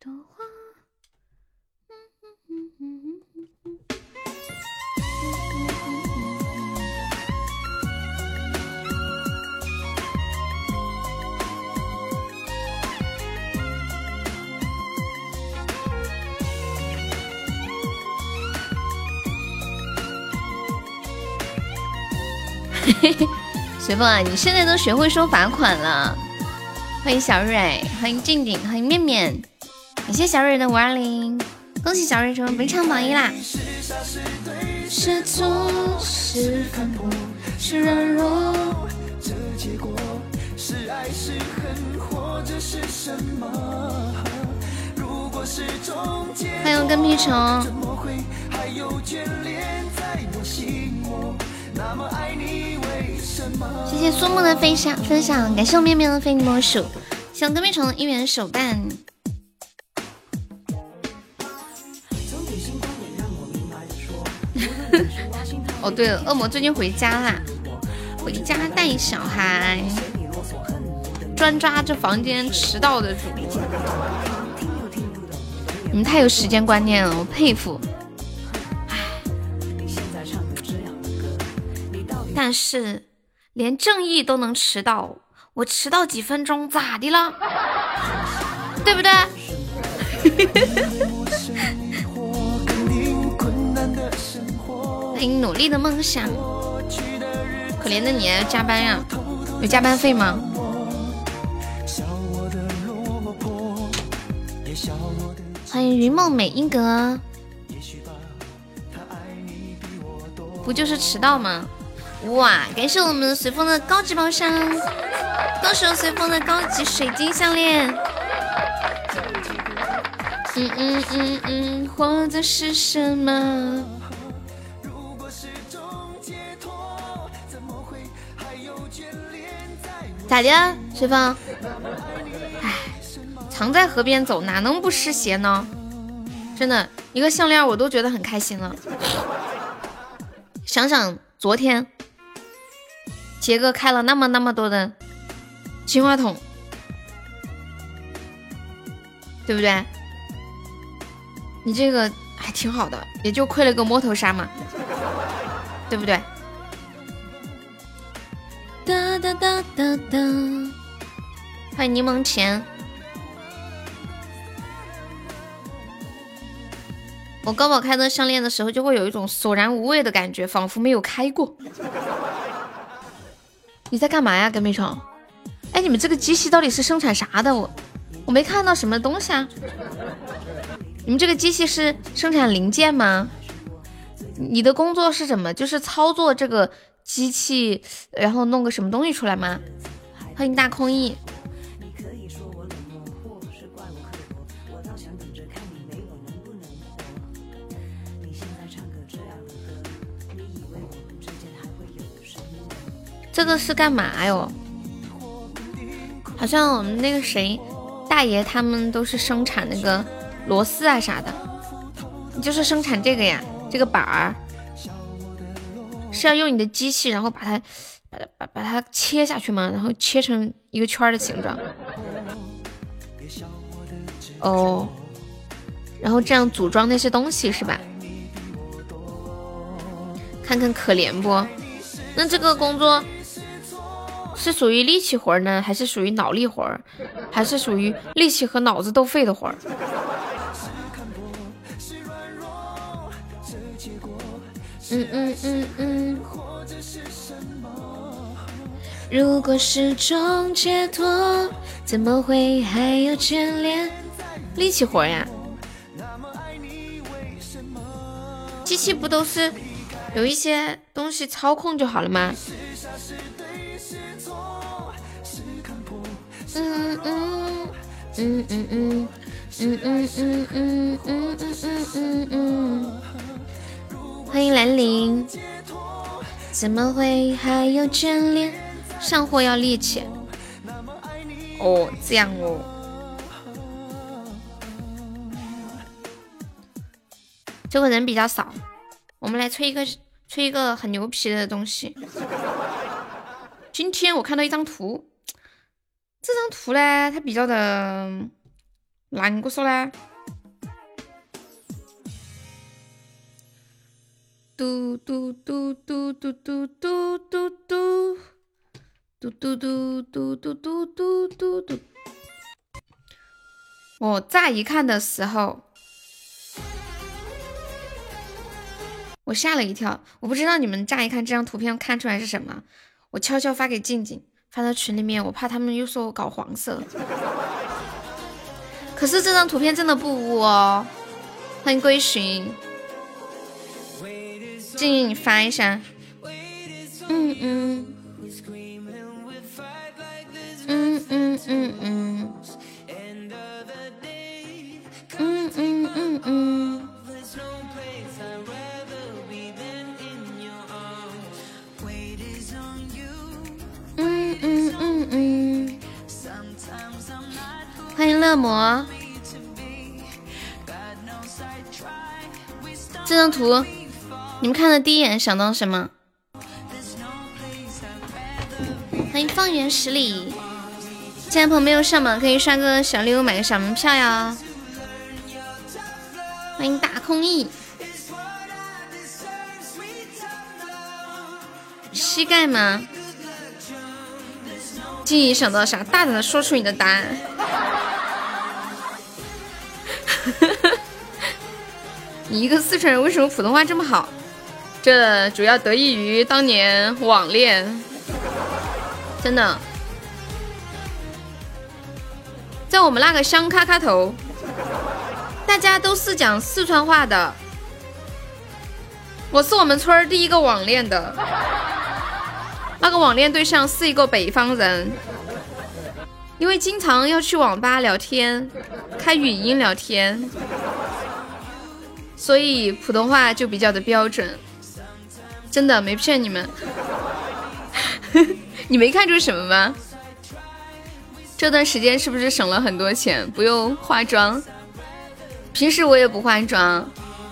朵花。随风啊，你现在都学会收罚款了。欢迎小蕊，欢迎静静，欢迎面面，感谢小蕊的520，恭喜小蕊成为本场榜一啦！是错是反驳是软弱，这结果是爱是恨或者是什么？如果是终结，欢迎跟屁虫，怎么会还有眷恋在我心窝？那么爱你为什么？谢谢苏木的分享，感谢我面面的非你莫属，谢跟屁虫的1元手办。哦对了，恶魔最近回家啦，回家带小孩，专抓这房间迟到的主播。你们太有时间观念了，我佩服。但是连正义都能迟到，我迟到几分钟咋的了？对不对？欢迎努力的梦想。可怜的你还要加班呀？有加班费吗？欢迎云梦美英格。不就是迟到吗？哇！感谢我们随风的高级宝箱，恭喜我随风的高级水晶项链。或者是什么？咋的啊，随风？哎，常在河边走，哪能不湿鞋呢？真的，一个项链我都觉得很开心了。想想昨天杰哥开了那么多的金话筒，对不对？你这个还挺好的，也就亏了个摸头杀嘛，对不对？哒哒哒哒哒，欢迎柠檬钱。我高宝开的项链的时候，就会有一种索然无味的感觉，仿佛没有开过。你在干嘛呀，跟屁虫？哎，你们这个机器到底是生产啥的？我没看到什么东西啊。你们这个机器是生产零件吗？你的工作是什么？就是操作这个机器，然后弄个什么东西出来吗？欢迎大空翼。这个是干嘛哟？好像我们那个谁大爷他们都是生产那个螺丝啊啥的，就是生产这个呀，这个板儿是要用你的机器，然后把它切下去吗？然后切成一个圈的形状。哦，然后这样组装那些东西是吧？看看可怜不？那这个工作是属于力气活呢，还是属于脑力活，还是属于力气和脑子都废的活？如果是种解脱，怎么会还有眷恋？力气活呀，机器不都是有一些东西操控就好了吗？欢迎兰陵，怎么会还有眷恋？上货要力气哦，这样哦。这个人比较少，我们来吹一个很牛皮的东西。今天我看到一张图，这张图呢，它比较的啷个说呢？嘟嘟嘟嘟嘟嘟嘟嘟嘟嘟嘟嘟嘟嘟嘟嘟嘟嘟。我乍一看的时候，我吓了一跳。我不知道你们乍一看这张图片看出来是什么，我悄悄发给静静，发到群里面，我怕他们又说我搞黄色。可是这张图片真的不污哦。欢迎归寻。静静你发一下。嗯嗯嗯嗯嗯嗯嗯嗯嗯。欢迎乐魔。这张图你们看的第一眼想到什么？欢迎方圆十里。现在朋友没有上榜可以刷个小礼物买个小门票呀。欢迎大空翼。膝盖吗？静怡想到啥？大胆的说出你的答案。你一个四川人为什么普通话这么好？这主要得益于当年网恋，真的。在我们那个乡咔咔头，大家都是讲四川话的。我是我们村第一个网恋的，那个网恋对象是一个北方人，因为经常要去网吧聊天，开语音聊天，所以普通话就比较的标准，真的没骗你们。你没看出什么吗？这段时间是不是省了很多钱，不用化妆？平时我也不化妆，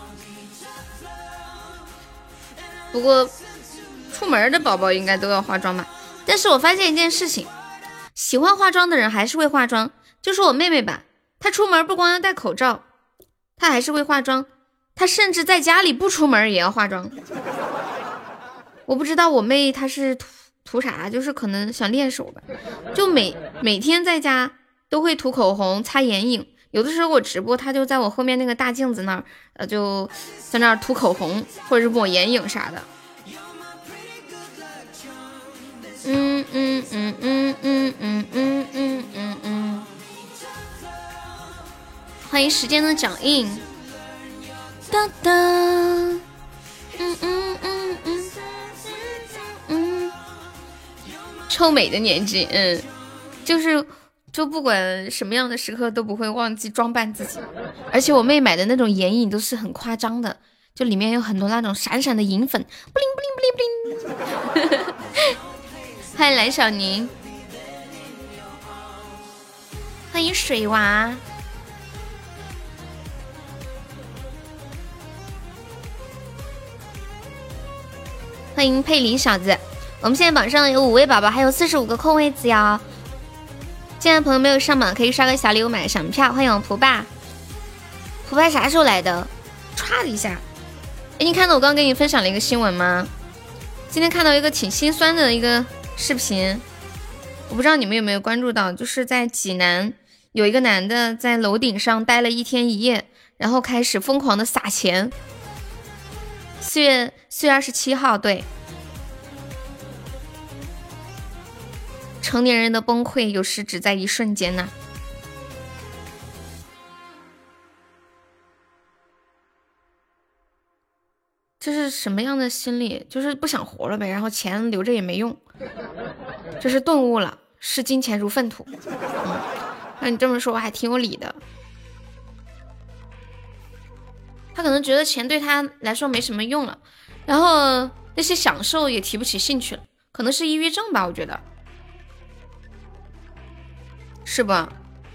不过出门的宝宝应该都要化妆吧。但是我发现一件事情，喜欢化妆的人还是会化妆。就是我妹妹吧，她出门不光要戴口罩，她还是会化妆，她甚至在家里不出门也要化妆。我不知道我妹她是涂啥，就是可能想练手吧，就每天在家都会涂口红擦眼影，有的时候我直播她就在我后面那个大镜子那儿就在那儿涂口红或者是抹眼影啥的。嗯嗯嗯嗯嗯嗯嗯嗯嗯嗯。欢迎时间的脚印。哒哒。嗯嗯嗯嗯嗯。臭美的年纪，就不管什么样的时刻都不会忘记装扮自己。而且我妹买的那种眼影都是很夸张的，就里面有很多那种闪闪的银粉，布灵布灵布灵布灵。欢迎蓝小宁。欢迎水娃。欢迎佩林小子。我们现在榜上有5位宝宝，还有45个空位子哟。进来的朋友没有上榜可以刷个小礼物买个小门票。欢迎我蒲爸。蒲爸啥时候来的？唰的一下。哎，你看到我刚刚给你分享了一个新闻吗？今天看到一个挺心酸的一个视频，我不知道你们有没有关注到，就是在济南有一个男的在楼顶上待了1天1夜，然后开始疯狂的撒钱。4月27号，对。成年人的崩溃有时只在一瞬间呐。这是什么样的心理？就是不想活了呗，然后钱留着也没用，这是顿悟了，视金钱如粪土。那你这么说还挺有理的。他可能觉得钱对他来说没什么用了，然后那些享受也提不起兴趣了，可能是抑郁症吧，我觉得是吧？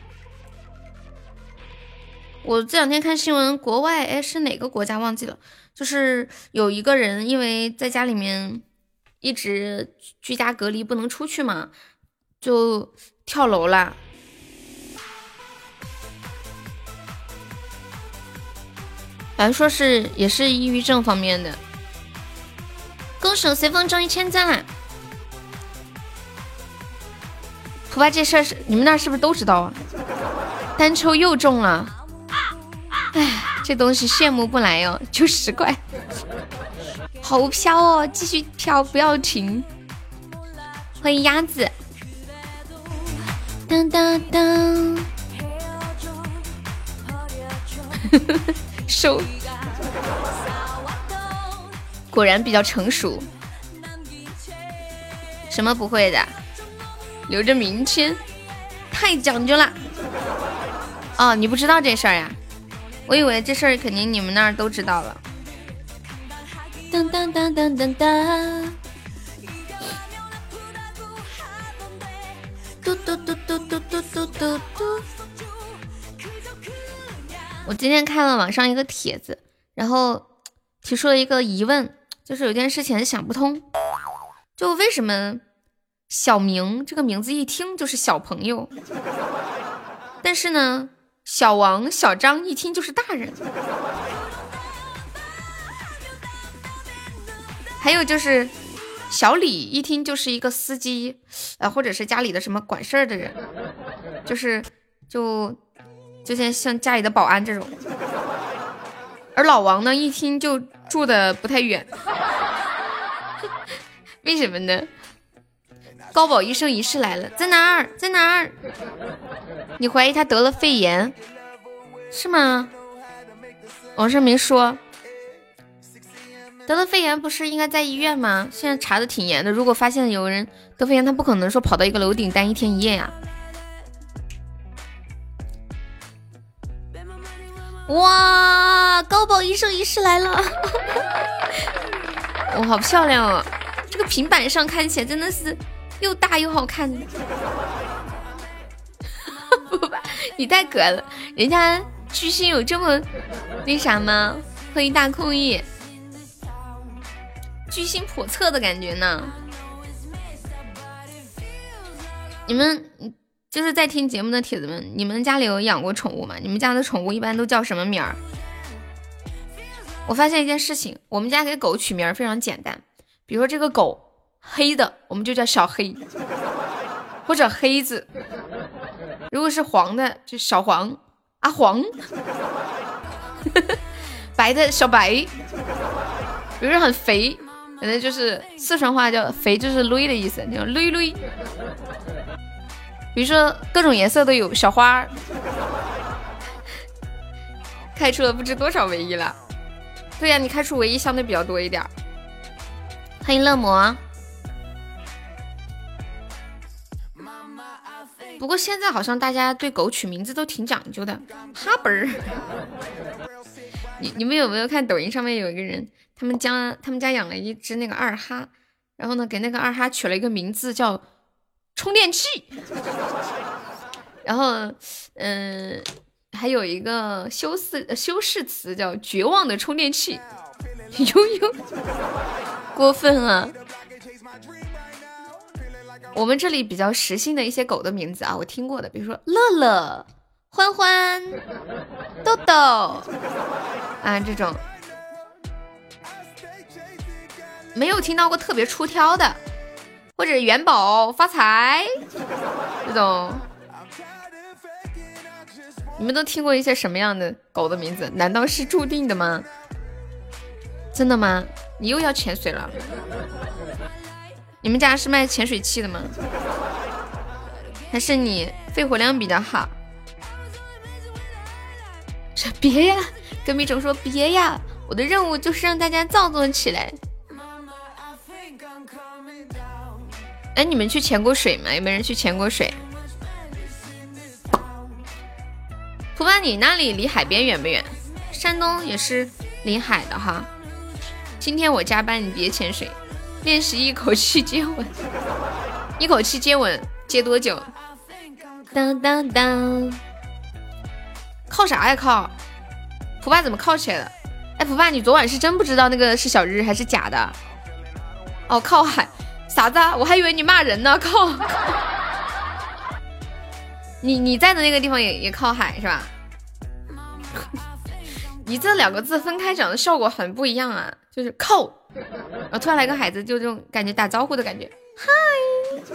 我这2天看新闻，国外是哪个国家忘记了，就是有一个人因为在家里面一直居家隔离不能出去嘛，就跳楼了。 好像说是也是抑郁症方面的。恭喜随风中1000赞啦！普巴这事儿是你们那是不是都知道啊？单抽又中了，哎，这东西羡慕不来哦，就10块，好飘哦，继续飘不要停。欢迎鸭子，当当当，收，果然比较成熟。什么不会的？留着明天，太讲究了。哦，你不知道这事儿呀？我以为这事儿肯定你们那儿都知道了。当当当当当当，嘟嘟嘟嘟嘟嘟嘟嘟嘟。我今天看了网上一个帖子，然后提出了一个疑问，就是有件事情想不通，就为什么小明这个名字一听就是小朋友，但是呢小王小张一听就是大人。还有就是小李一听就是一个司机，或者是家里的什么管事儿的人，就像家里的保安这种。而老王呢一听就住的不太远。为什么呢？高宝医生仪式来了，在哪儿？在哪儿？你怀疑他得了肺炎是吗？网上没说。得了肺炎不是应该在医院吗？现在查的挺严的，如果发现有人得肺炎，他不可能说跑到一个楼顶待1天1夜呀。哇，高宝医生仪式来了。哇，好漂亮哦，这个平板上看起来真的是又大又好看。不吧，你太可爱了，人家巨星有这么那啥吗？欢迎大空翼，居心叵测的感觉呢。你们就是在听节目的铁子们，你们家里有养过宠物吗？你们家的宠物一般都叫什么名儿？我发现一件事情，我们家给狗取名非常简单，比如说这个狗黑的，我们就叫小黑，或者黑子；如果是黄的，就小黄、阿黄；白的小白；比如说很肥，反正就是四川话叫肥，就是累的意思，叫累累。比如说各种颜色都有，小花开出了不知多少唯一了。对呀，你开出唯一相对比较多一点。欢迎乐魔。不过现在好像大家对狗取名字都挺讲究的，哈本儿。你们有没有看抖音上面有一个人，他们家养了一只那个二哈，然后呢给那个二哈取了一个名字叫充电器，然后还有一个修饰词叫绝望的充电器，悠悠，过分啊！我们这里比较时兴的一些狗的名字啊，我听过的，比如说乐乐、欢欢、豆豆啊，这种没有听到过特别出挑的，或者元宝、发财这种。你们都听过一些什么样的狗的名字？难道是注定的吗？真的吗？你又要潜水了？你们家是卖潜水器的吗？还是你肺活量比较好？别呀，跟米总说别呀，我的任务就是让大家躁动起来。哎，你们去潜过水吗？有没有人去潜过水？普巴，你那里离海边远不远？山东也是临海的哈。今天我加班，你别潜水，练习一口气接吻。一口气接吻接多久？当当当，靠啥呀靠？普巴怎么靠起来了？哎，普巴，你昨晚是真不知道那个是小日还是假的？哦，靠海啥子啊？我还以为你骂人呢，靠！你在的那个地方也靠海是吧？ 你这两个字分开讲的效果很不一样啊，就是靠，然后突然来个海子，就这种感觉打招呼的感觉，嗨，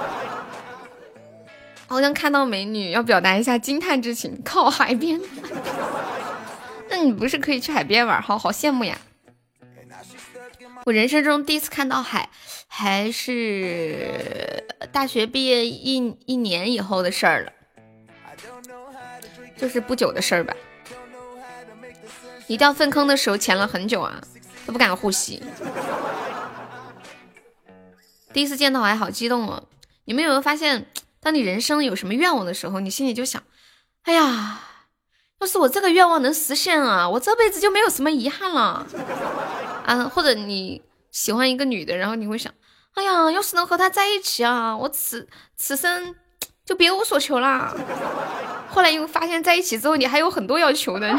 好像看到美女要表达一下惊叹之情，靠海边。那你不是可以去海边玩？好羡慕呀！我人生中第一次看到海，还是大学毕业一年以后的事儿了，就是不久的事儿吧。你掉粪坑的时候潜了很久啊，都不敢呼吸。第一次见到我还好激动哦。你们有没有发现，当你人生有什么愿望的时候，你心里就想，哎呀，要是我这个愿望能实现啊，我这辈子就没有什么遗憾了啊。或者你喜欢一个女的，然后你会想，哎呀，要是能和她在一起啊，我此生就别无所求啦。后来又发现在一起之后，你还有很多要求的。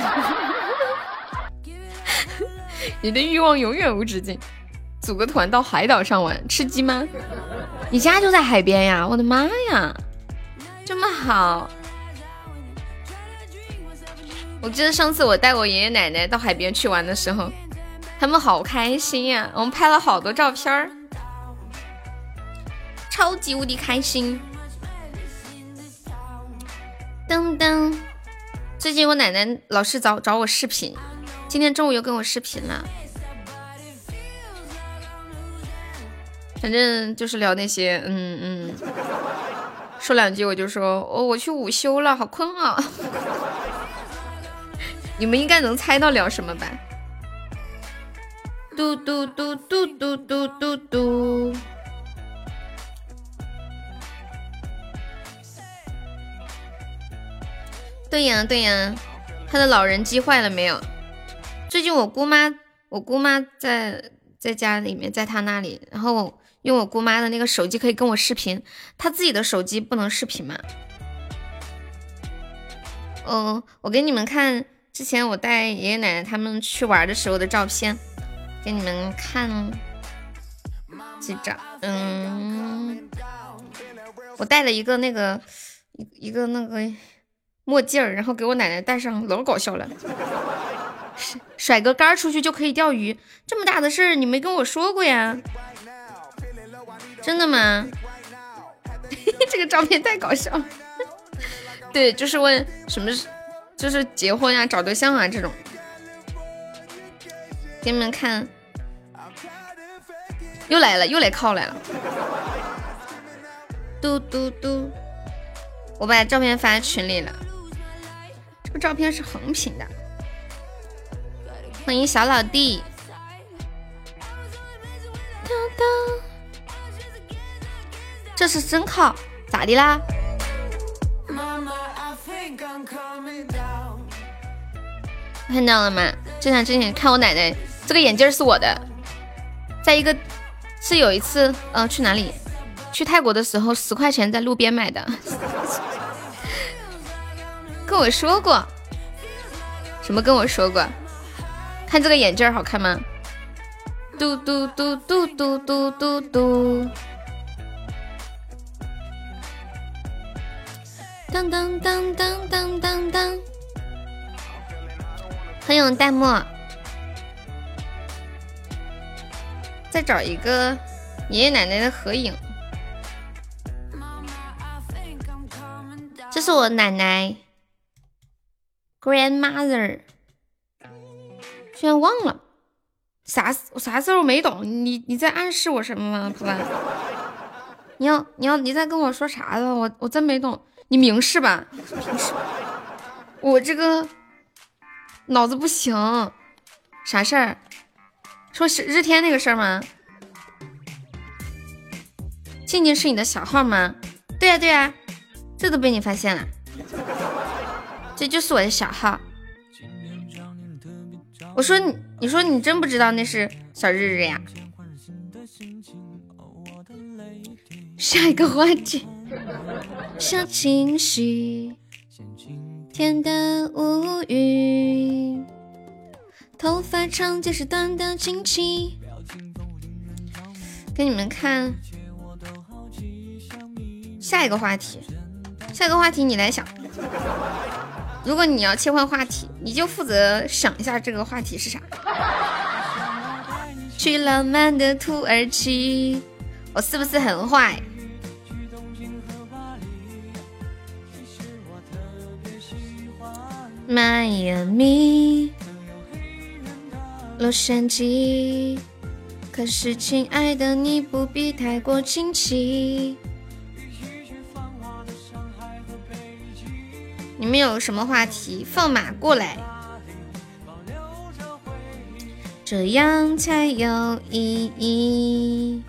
你的欲望永远无止境。组个团到海岛上玩，吃鸡吗？你家就在海边呀？我的妈呀，这么好！我记得上次我带我爷爷奶奶到海边去玩的时候，他们好开心呀，我们拍了好多照片儿，超级无敌开心。噔噔，最近我奶奶老是找我视频，今天中午又跟我视频了。反正就是聊那些，说两句我就说，我去午休了，好困啊。你们应该能猜到聊什么吧？嘟嘟嘟嘟嘟嘟嘟嘟。对呀对呀，他的老人机坏了没有？最近我姑妈在家里面，在她那里，然后用我姑妈的那个手机可以跟我视频，她自己的手机不能视频嘛。我给你们看之前我带爷爷奶奶他们去玩的时候的照片，给你们看几张。我带了一个那个墨镜儿，然后给我奶奶戴上，老搞笑了。甩个杆出去就可以钓鱼，这么大的事儿你没跟我说过呀？真的吗？这个照片太搞笑了。对，就是问什么，就是结婚啊、找对象啊这种。给你们看，又来了，又来靠来了。嘟嘟嘟，我把照片发群里了。这个照片是横屏的。欢迎小老弟。这是真靠，咋的啦？看到了吗？这场之前看我奶奶，这个眼镜是我的。在一个是有一次，去哪里？去泰国的时候，10块钱在路边买的。跟我说过什么？跟我说过？看这个眼镜好看吗？嘟嘟嘟嘟嘟嘟嘟嘟。当当当当当当当。很有弹幕。再找一个爷爷奶奶的合影。这是我奶奶 grandmother。居然忘了啥时候没懂？你在暗示我什么吗？普兰，你在跟我说啥了？我真没懂。你明示吧。我这个脑子不行。啥事儿？说是日天那个事儿吗？静静是你的小号吗？对呀对呀，这都被你发现了。这就是我的小号。我说你说你真不知道那是小日日呀？下一个话题，小情绪，甜的无语，头发长见识短的亲戚。给你们看下一个话题，下一个话题你来想。 如果你要切换话题，你就负责想一下这个话题是啥。去浪漫的土耳其，我是不是很坏？迈阿密，洛杉矶，可是亲爱的你不必太过惊奇。你们有什么话题放马过来，这样才有意义。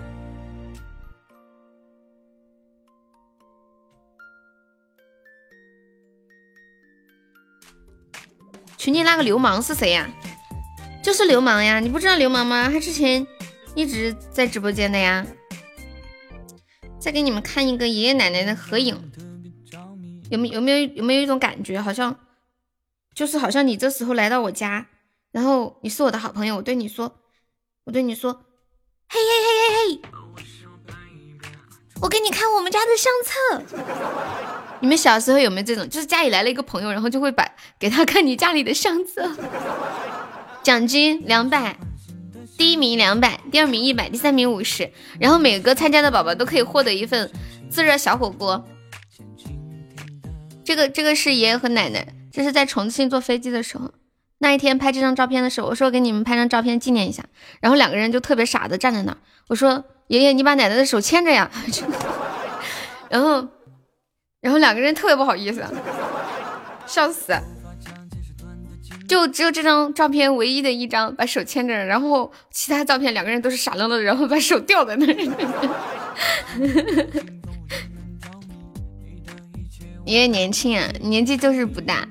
群里那个流氓是谁呀？就是流氓呀，你不知道流氓吗？他之前一直在直播间的呀。再给你们看一个爷爷奶奶的合影，有没有一种感觉，好像你这时候来到我家，然后你是我的好朋友，我对你说，嘿嘿嘿嘿嘿，我给你看我们家的相册。你们小时候有没有这种，就是家里来了一个朋友，然后就会给他看你家里的相册？奖金200，第一名200，第二名100，第三名50，然后每个参加的宝宝都可以获得一份自热小火锅。这个是爷爷和奶奶，这是在重庆坐飞机的时候，那一天拍这张照片的时候，我说给你们拍张照片纪念一下，然后两个人就特别傻的站在那，我说爷爷你把奶奶的手牵着呀，然后两个人特别不好意思，笑死。就只有这张照片唯一的一张把手牵着，然后其他照片两个人都是傻愣愣的，然后把手吊在那里。爷爷年轻啊，年纪就是不大，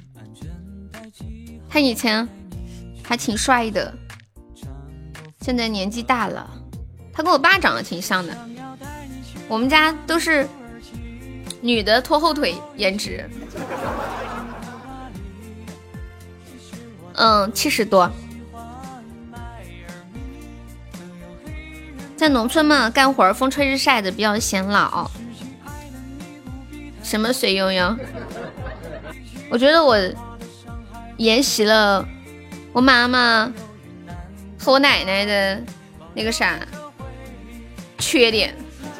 他以前还挺帅的，现在年纪大了。他跟我爸长得挺像的，我们家都是女的拖后腿颜值。70多。在农村嘛，干活风吹日晒的比较显老。什么水悠悠？我觉得我沿袭了我妈妈和我奶奶的那个啥缺点。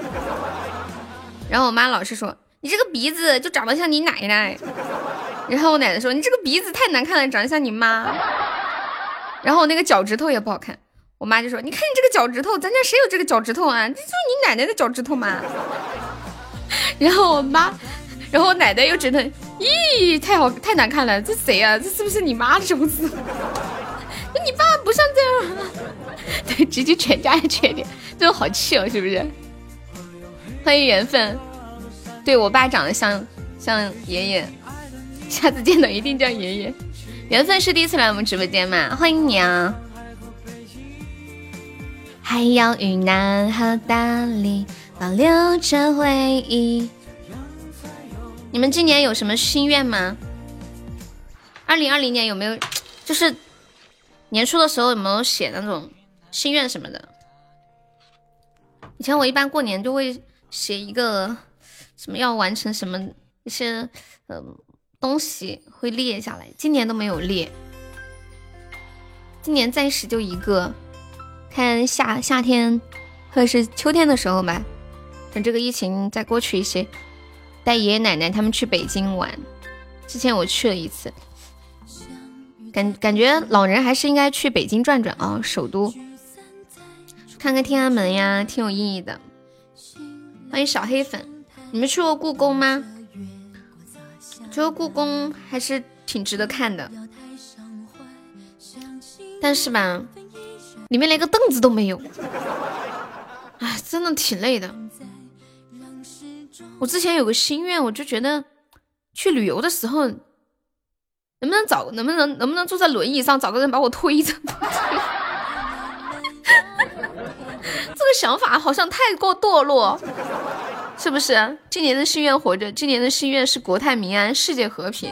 然后我妈老是说你这个鼻子就长得像你奶奶，然后我奶奶说你这个鼻子太难看了，长得像你妈。然后我那个脚趾头也不好看，我妈就说你看你这个脚趾头，咱家谁有这个脚趾头啊？这就是你奶奶的脚趾头嘛。然后我奶奶又觉得咦太难看了，这谁啊？这是不是你妈的手指？那你爸不像这样啊。对，直接全家的缺点，这种好气哦，是不是？欢迎缘分。对，我爸长得像爷爷，下次见到一定叫爷爷。缘分是第一次来我们直播间嘛，欢迎你啊！还要云南和大理保留着回忆。你们今年有什么心愿吗？2020年有没有，就是年初的时候有没有写那种心愿什么的？以前我一般过年就会写一个什么要完成什么一些东西会列下来，今年都没有列，今年暂时就一个，看夏天或者是秋天的时候吧，等这个疫情再过去一些，带爷爷奶奶他们去北京玩。之前我去了一次，感觉老人还是应该去北京转转啊，首都看看天安门呀，挺有意义的。欢迎小黑粉，你们去过故宫吗？觉得故宫还是挺值得看的，但是吧，里面连个凳子都没有，哎，真的挺累的。我之前有个心愿，我就觉得去旅游的时候，能不能坐在轮椅上，找个人把我推着？这个想法好像太过堕落。是不是？今年的心愿活着，今年的心愿是国泰民安，世界和平。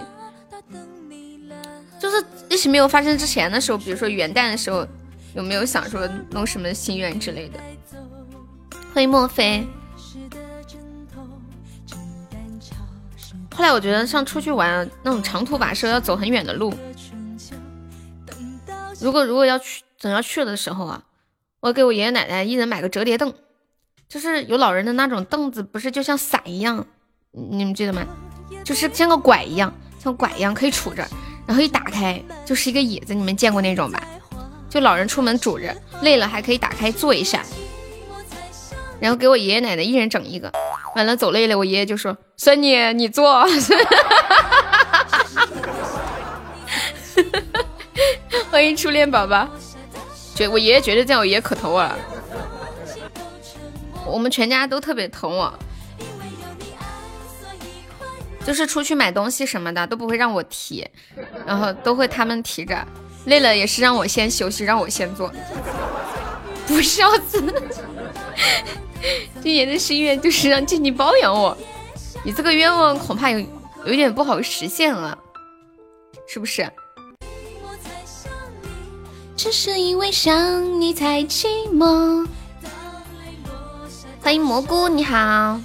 就是疫情没有发生之前的时候，比如说元旦的时候，有没有想说弄什么心愿之类的？欢迎莫非。 后来我觉得像出去玩那种长途跋涉要走很远的路，如果要去等要去的时候啊，我给我爷爷奶奶一人买个折叠凳，就是有老人的那种凳子，不是就像伞一样，你们记得吗？就是像个拐一样，像拐一样可以杵着，然后一打开就是一个椅子，你们见过那种吧？就老人出门拄着，累了还可以打开坐一下。然后给我爷爷奶奶一人整一个，完了走累了，我爷爷就说：“孙女，你坐。”欢迎初恋宝宝，我爷爷觉得这样，我爷爷可疼我了。我们全家都特别疼我，就是出去买东西什么的都不会让我提，然后都会他们提着，累了也是让我先休息，让我先做，不孝子。今年的心愿就是让静静包养我，你这个愿望恐怕有点不好实现了，是不是？只是因为想你才寂寞。欢迎蘑菇，你好。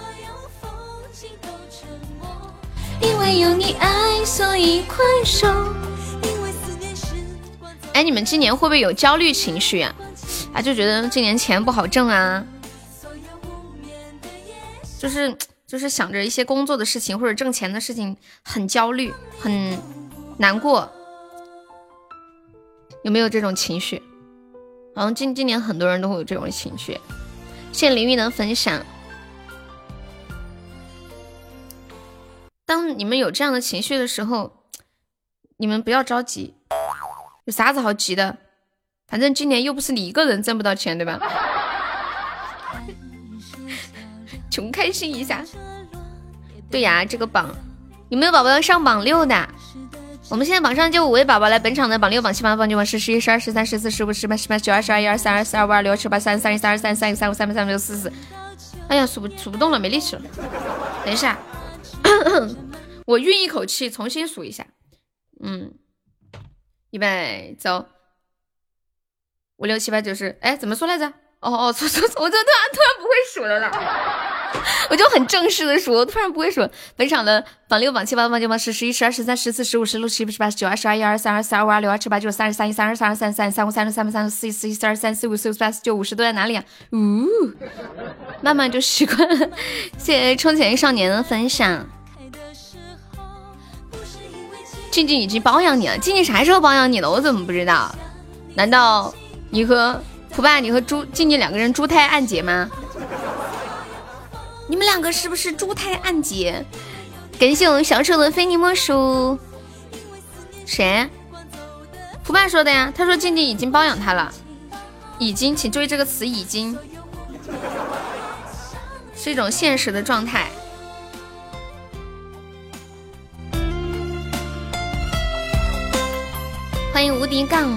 因为有你爱，所以宽手。哎，你们今年会不会有焦虑情绪啊？就觉得今年钱不好挣啊，就是想着一些工作的事情或者挣钱的事情很焦虑很难过，有没有这种情绪？好像今年很多人都会有这种情绪。谢谢林玉的分享。当你们有这样的情绪的时候，你们不要着急，有啥子好急的？反正今年又不是你一个人挣不到钱，对吧？穷开心一下。对呀，这个榜有没有宝宝要上榜6的？我们现在榜上就5位宝宝，来本场的榜6、榜7、榜8、榜9、榜10、11、12、13、14、15、18、18、19、20、21、22、23、25、26、27、28、30、31、32、33、34、35、36、44。哎呀，数不动了，没力气了。等一下，我运一口气，重新数一下。100走。5、6、7、8、9、10，哎，怎么说来着？错，我就突然不会数了啦。我就很正式的数，我突然不会数。本场的榜6、榜7、榜8、榜9、榜10、11、12、13、14、15、16、17、18、19、20、21、22、23、25、26、27、28、29、30、31、32、33、34、35、36、37、38、39、40、41、42、43、44、45、48、49、50都在哪里啊？慢慢就习惯了。谢谢充钱少年的分享。静静已经包养你了，静静啥时候包养你了？我怎么不知道？难道你和普爸，你和静静两个人珠胎暗结吗？你们两个是不是珠胎暗结？感谢我们小丑的非你莫属。谁？普爸说的呀，他说静静已经包养他了。已经，请注意这个词，已经是一种现实的状态。欢迎无敌杠。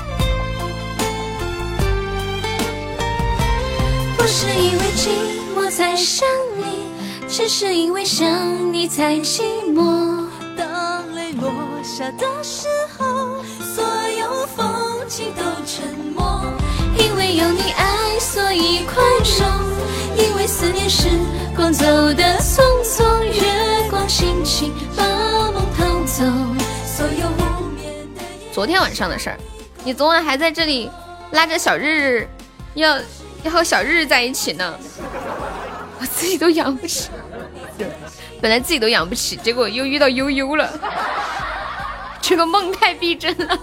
不是因为寂寞才想你，只是因为想你才寂寞。当泪落下的时候，所有风景都沉默。因为有你爱，所以宽容。因为思念时光走得匆匆，月光轻轻把梦偷走。所有无眠的昨天晚上的事儿，你昨晚还在这里拉着小日日要和小日日在一起呢，我自己都养不起，本来自己都养不起，结果又遇到悠悠了，这个梦太逼真了。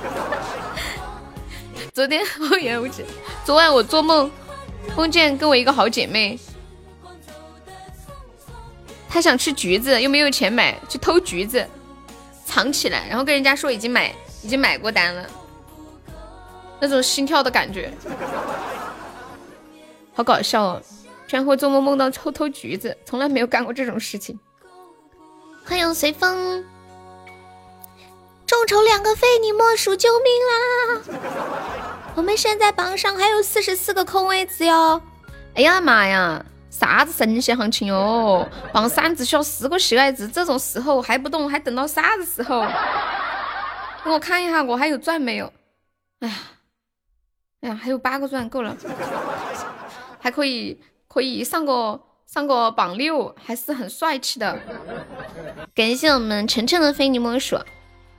昨天昨晚我做梦梦见跟我一个好姐妹，她想吃橘子又没有钱买，去偷橘子藏起来，然后跟人家说已经买过单了，那种心跳的感觉好搞笑哦，居然会做梦梦到偷橘子，从来没有干过这种事情。欢迎随风，众筹2个非你莫属，救命啦！我们现在榜上还有44个空位子哟。哎呀妈呀，啥子神仙行情哟，榜3只需要4个喜爱值，这种时候还不动，还等到啥子时候？给我看一下我还有钻没有。哎呀还有8个钻够了，还可以上个上过榜6，还是很帅气的。感谢我们晨晨的非你莫属。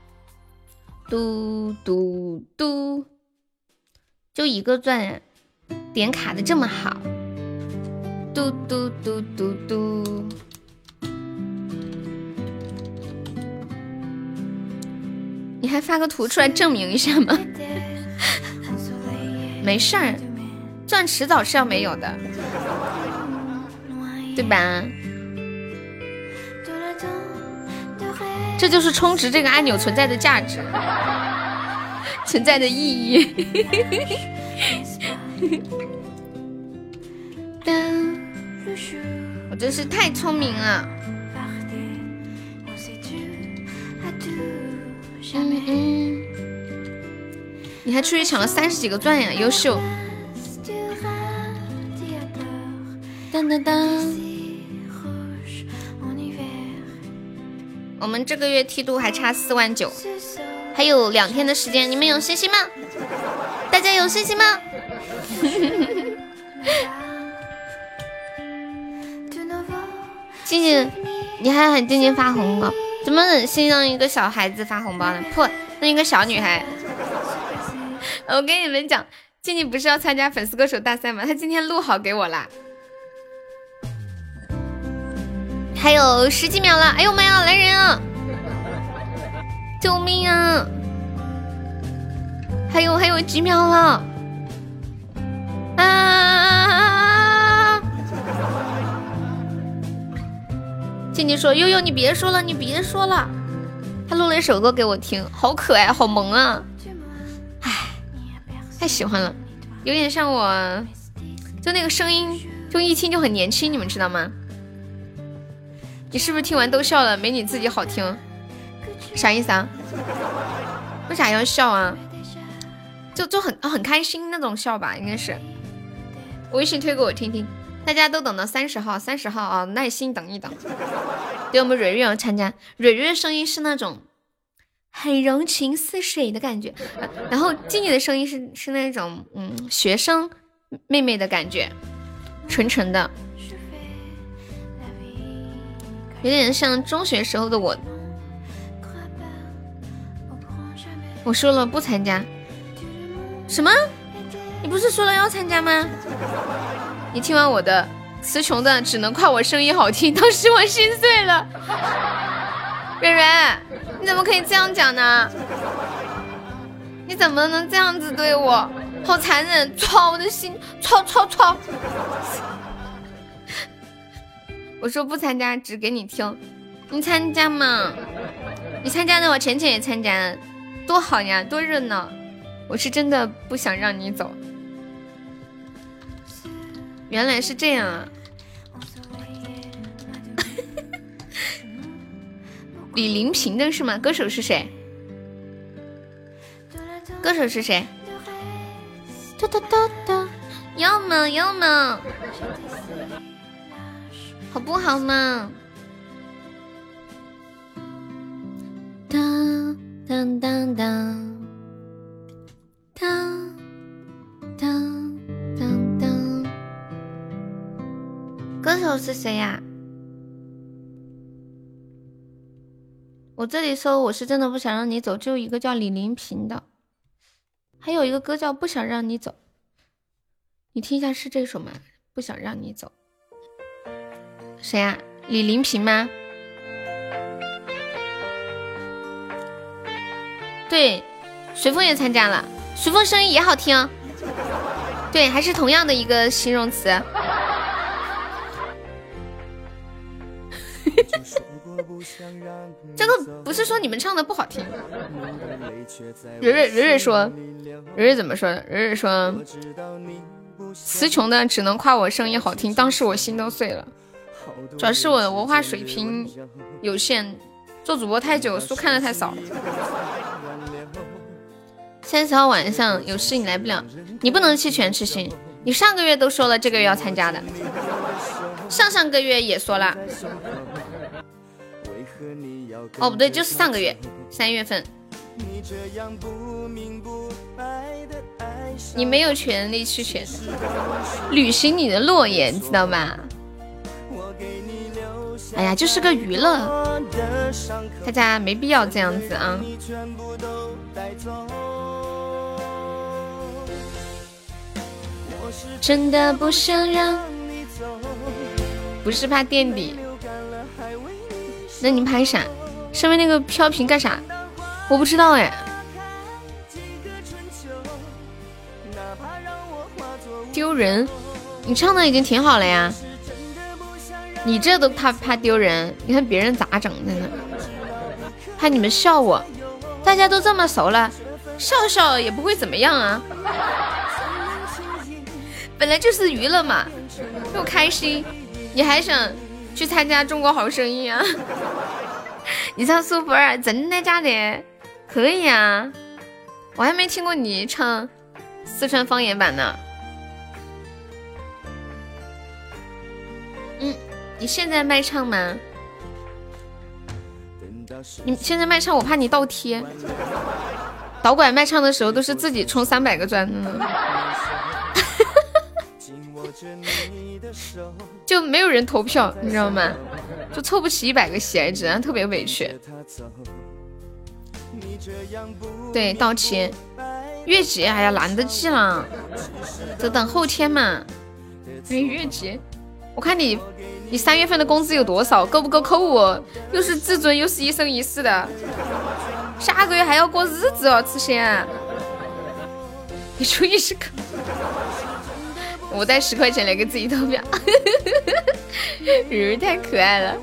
嘟嘟嘟，就一个钻，点卡的这么好。嘟嘟嘟嘟嘟。你还发个图出来证明一下吗？没事儿，钻迟早是要没有的，对吧？这就是充值这个按钮存在的价值，存在的意义。我真是太聪明了。你还出去抢了30几个钻呀，优秀！当当当，我们这个月梯度还差4万9，还有2天的时间，你们有信心吗？大家有信心吗？静静，你还喊静静发红包，怎么忍心让一个小孩子发红包呢？破，那一个小女孩。我跟你们讲，静静不是要参加粉丝歌手大赛吗？她今天录好给我啦。还有10几秒了，哎呦妈呀，来人啊！救命啊！还有几秒了啊！静静说：“悠悠，你别说了，你别说了。”他录了一首歌给我听，好可爱，好萌啊！唉，太喜欢了，有点像我，就那个声音，就一听就很年轻，你们知道吗？你是不是听完都笑了？没你自己好听，啥意思啊？为啥要笑啊？就很开心那种笑吧，应该是。微信推给我听听，大家都等到30号啊，耐心等一等。对，我们蕊蕊要参加，蕊蕊的声音是那种很柔情似水的感觉，然后静静的声音是那种学生妹妹的感觉，纯纯的，有点像中学时候的我。我说了不参加。什么？你不是说了要参加吗？你听完我的词穷的只能夸我声音好听，当时我心碎了。蕊蕊，你怎么可以这样讲呢？你怎么能这样子对我？好残忍！操，我的心，操！我说不参加，只给你听。你参加嘛？你参加的话，浅浅也参加，多好呀，多热闹！我是真的不想让你走。原来是这样啊！李林平的是吗？歌手是谁？歌手是谁？哒哒哒哒，要吗？好不好嘛？当当当当当当当当，歌手是谁呀？我这里搜，我是真的不想让你走，只有一个叫李林平的，还有一个歌叫不想让你走，你听一下是这首吗？不想让你走，谁呀？李林平吗？对，随风也参加了，随风声音也好听，对，还是同样的一个形容词。这个不是说你们唱的不好听。蕊蕊说，蕊蕊怎么说？蕊蕊说，词穷的只能夸我声音好听，当时我心都碎了。主要是我的文化水平有限，做主播太久，书看的太少了。30号晚上有事你来不了，你不能弃权吃心。你上个月都说了这个月要参加的，上个月也说了。哦，不对，就是上个月3月份。你没有权利去选，履行你的诺言，知道吧？ 哎呀，就是个娱乐，大家没必要这样子啊。真的不想让你走，不是怕垫底。那你拍啥？上面那个飘屏干啥？我不知道哎。丢人，你唱的已经挺好了呀。你这都怕丢人，你看别人咋整的呢？怕你们笑我，大家都这么熟了，笑笑也不会怎么样啊。本来就是娱乐嘛，又开心，你还想去参加中国好声音啊？你唱苏泊尔，真的假的？可以啊，我还没听过你唱四川方言版呢。你现在卖唱吗？你现在卖唱，我怕你倒贴。导拐卖唱的时候都是自己充300个钻的，就没有人投票，你知道吗？就凑不齐100个喜爱值，特别委屈。对，到期月结，哎呀，来得及了，就等后天嘛。对，月结，我看你3月份的工资有多少，够不够扣我？又是自尊，又是一生一世的，下个月还要过日子哦，慈贤。你出10个，我带10块钱来给自己投票，日太可爱了。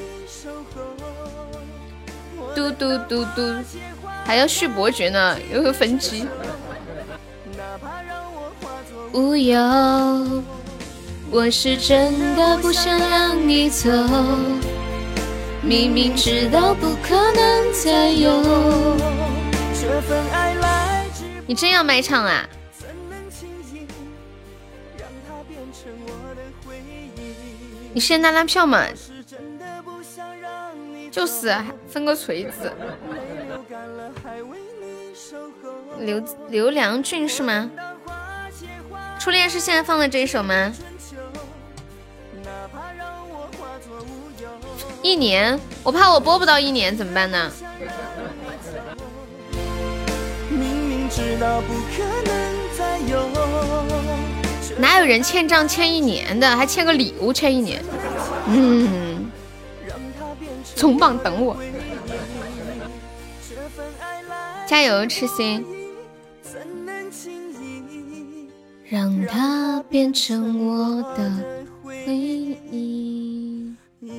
嘟嘟嘟嘟，还要续伯爵呢，有个分级。无忧。我是真的不想让你走，明明知道不可能再有。你真要卖唱啊？你先拿票嘛，就是分个锤子。刘良俊是吗？初恋是现在放的这一首吗？1年，我怕我播不到1年怎么办呢？哪有人欠账欠1年的，还欠个礼物欠1年？重磅等我，加油，痴心，让它变成我的回忆。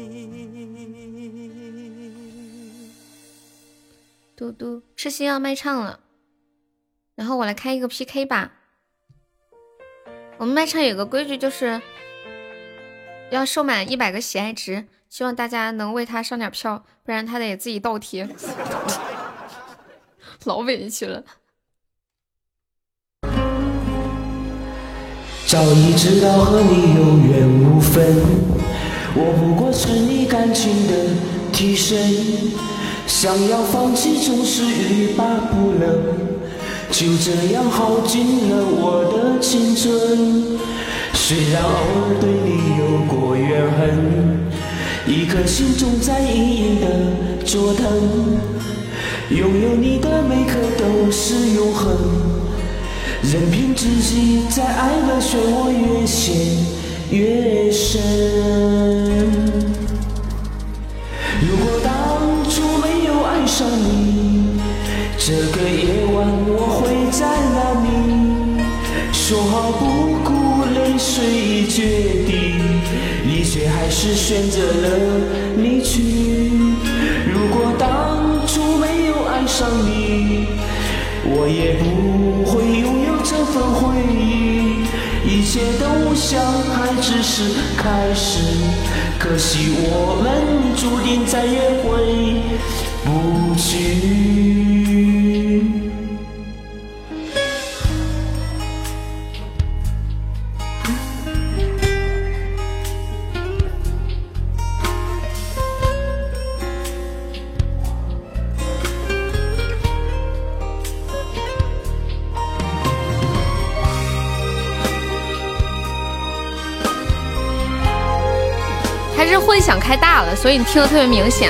嘟嘟，痴心要卖唱了，然后我来开一个 PK 吧。我们卖唱有个规矩，就是要收满100个喜爱值，希望大家能为他上点票，不然他得自己倒贴。老委屈了。 早已知道和你有缘无分，我不过是你感情的替身，想要放弃总是欲罢不能，就这样耗尽了我的青春。虽然偶尔对你有过怨恨，一颗心总在隐隐的作疼，拥有你的每刻都是永恒，任凭自己在爱的漩涡越陷越深。如果当初没有爱上你，这个夜晚我会在哪里？说好不哭，泪水已决堤，你却还是选择了离去。如果当初没有爱上你，我也不会拥有这份回忆，一切都像还只是开始，可惜我们注定再也回不去。 是混响开大了，所以你听得特别明显。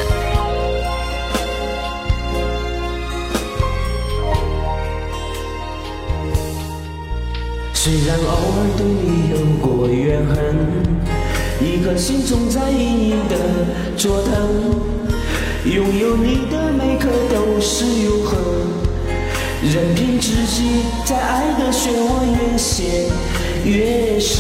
虽然偶尔对你有过怨恨，一颗心中在隐隐的灼腾，拥有你的每刻都是永恒，任凭自己在爱的漩涡越陷越深。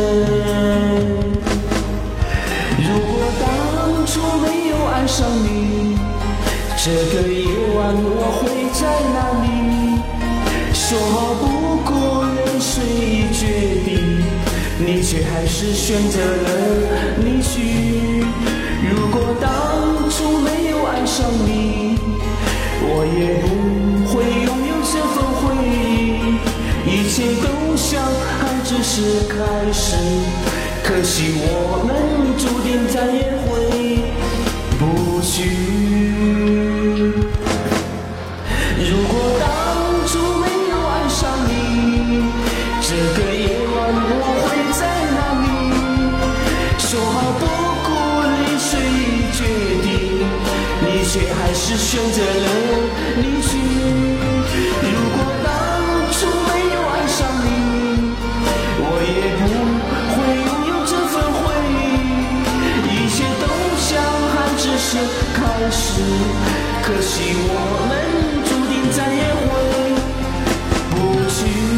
如果当初没有爱上你，这个夜晚我会在哪里？说好不顾泪水已决定，你却还是选择了离去。如果当初没有爱上你，我也不会拥有这份回忆，一切都像还只是开始，可惜我们注定再也回不去。如果当初没有爱上你，这个夜晚我会在哪里？说好不顾泪水已决定，你却还是选择了离去。如果当初没有爱上你，我也不会拥有这份回忆，一切都像还只是开始，可惜我们注定再也回不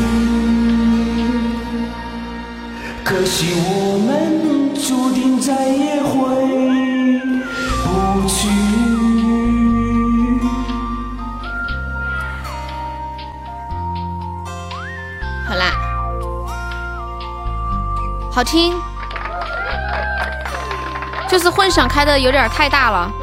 去，可惜我们注定再也回不去。 好啦，好听，就是混响开的有点太大了。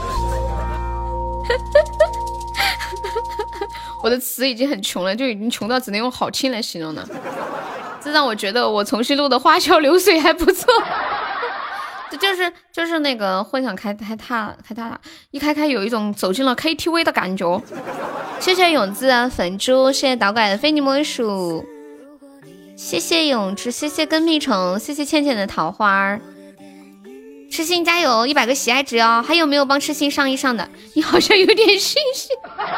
我的词已经很穷了，就已经穷到只能用好听来形容了。这让我觉得我重新录的花桥流水还不错。就是那个混响开太大了，一开有一种走进了 KTV 的感觉。谢谢永志啊，粉猪，谢谢导拐的非你莫属，谢谢永志，谢谢跟屁虫，谢谢倩倩的桃花。痴心加油，100个喜爱值哦！还有没有帮痴心上一上的？你好像有点信息。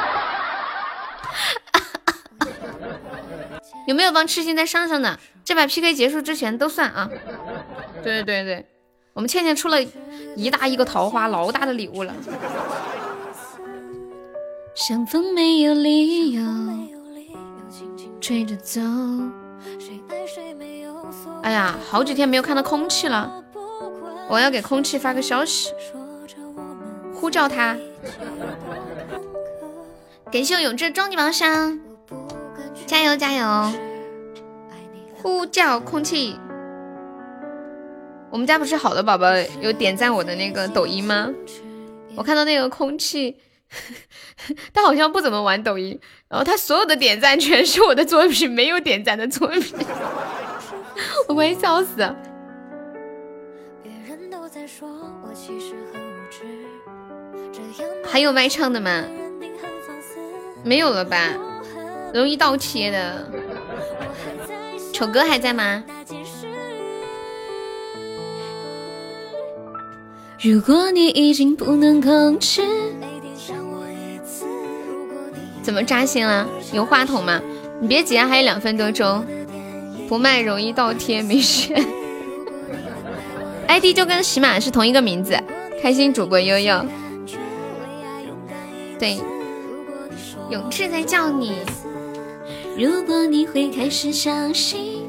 有没有帮痴心再上上的？这把 PK 结束之前都算啊。对对对，我们倩倩出了一大一个桃花，老大的礼物了。相逢没有理由，追着走。哎呀，好几天没有看到空气了，我要给空气发个消息，呼叫他。感谢我永志终极宝箱，加油加油！呼叫空气。我们家不是好的宝宝有点赞我的那个抖音吗？我看到那个空气他好像不怎么玩抖音，然后他所有的点赞全是我的作品，没有点赞的作品。我快笑死了。还有卖唱的吗？没有了吧，容易倒贴的。丑哥还在吗？如果你已经不能控制，怎么扎心了？有话筒吗？你别急啊，还有2分多钟。不卖容易倒贴，没事。ID 就跟喜马是同一个名字，开心主播悠悠。对，永志在叫你。如果你会开始相信，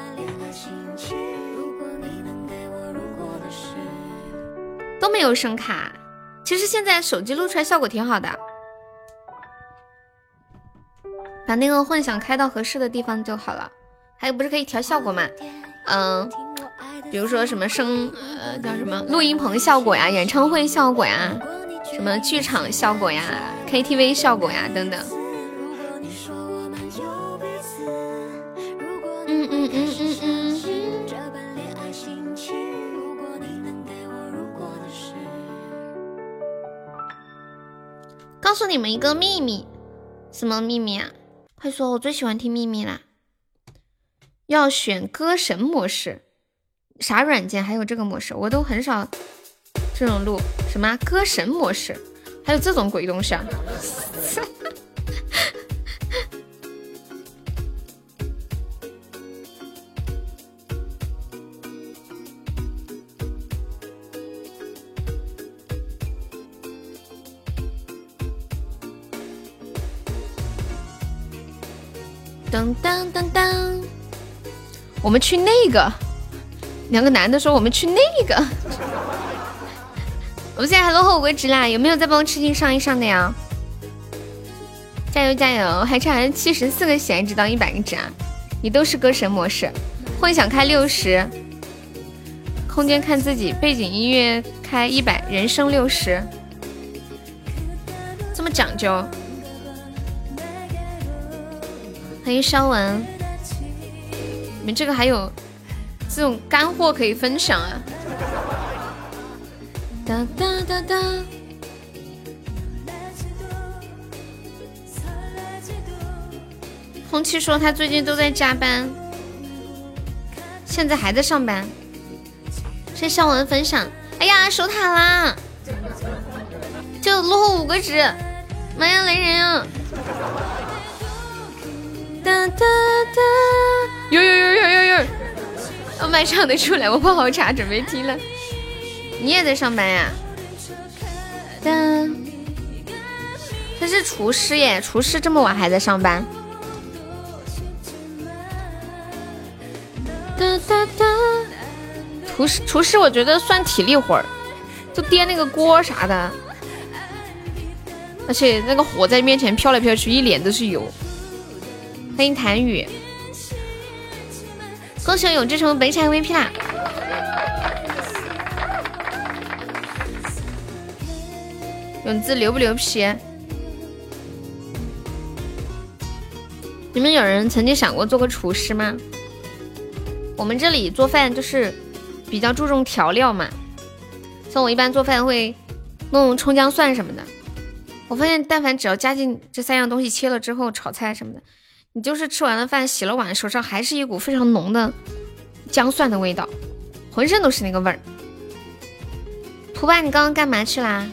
都没有声卡。其实现在手机录出来效果挺好的，把那个混响开到合适的地方就好了。还有不是可以调效果吗？比如说什么叫什么录音棚效果呀、演唱会效果呀、什么剧场效果呀、KTV 效果呀等等。告诉你们一个秘密。什么秘密啊？快说，我最喜欢听秘密啦。要选歌神模式， 啥软件还有这个模式？我都很少这种录什么歌神模式，还有这种鬼东西啊！噔噔噔噔，我们去那个，两个男的说我们去那个。我们现在还落后5个值啦，有没有再帮我吃进上一上的呀？加油加油，还差74个喜爱值到100个值啊！你都是歌神模式，幻想开60，空间看自己，背景音乐开100，人生60，这么讲究。欢迎肖文，你们这个还有这种干货可以分享啊！哒哒哒哒。红七说他最近都在加班，现在还在上班。谢谢肖文分享。哎呀，守塔啦！就落后5个值，妈呀，雷人啊！哒哒哒，有，我马上得出来，我泡好茶准备踢了。你也在上班呀？哒，他是厨师耶，厨师这么晚还在上班。哒哒哒，厨师我觉得算体力活儿，就颠那个锅啥的，而且那个火在面前飘来飘去，一脸都是油。欢迎谭宇，恭喜永志成本场 MVP 啦！永志牛不牛皮？你们有人曾经想过做个厨师吗？我们这里做饭就是比较注重调料嘛，像我一般做饭会弄葱姜蒜什么的。我发现但凡只要加进这3样东西，切了之后炒菜什么的，你就是吃完了饭洗了碗，手上还是一股非常浓的姜蒜的味道，浑身都是那个味儿。图爸，你刚刚干嘛去啦？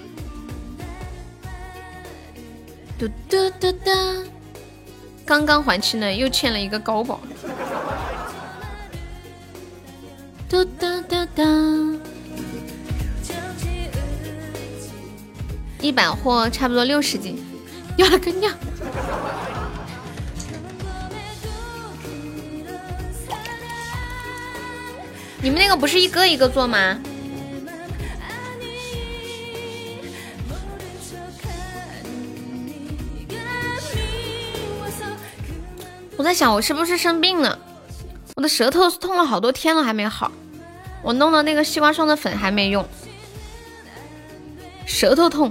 嘟嘟嘟嘟，刚刚还去呢，又欠了一个高保。嘟嘟嘟嘟，一板货差不多60斤，要了个尿。你们那个不是一个一个做吗？我在想我是不是生病了，我的舌头痛了好多天了还没好，我弄了那个西瓜霜的粉还没用，舌头痛，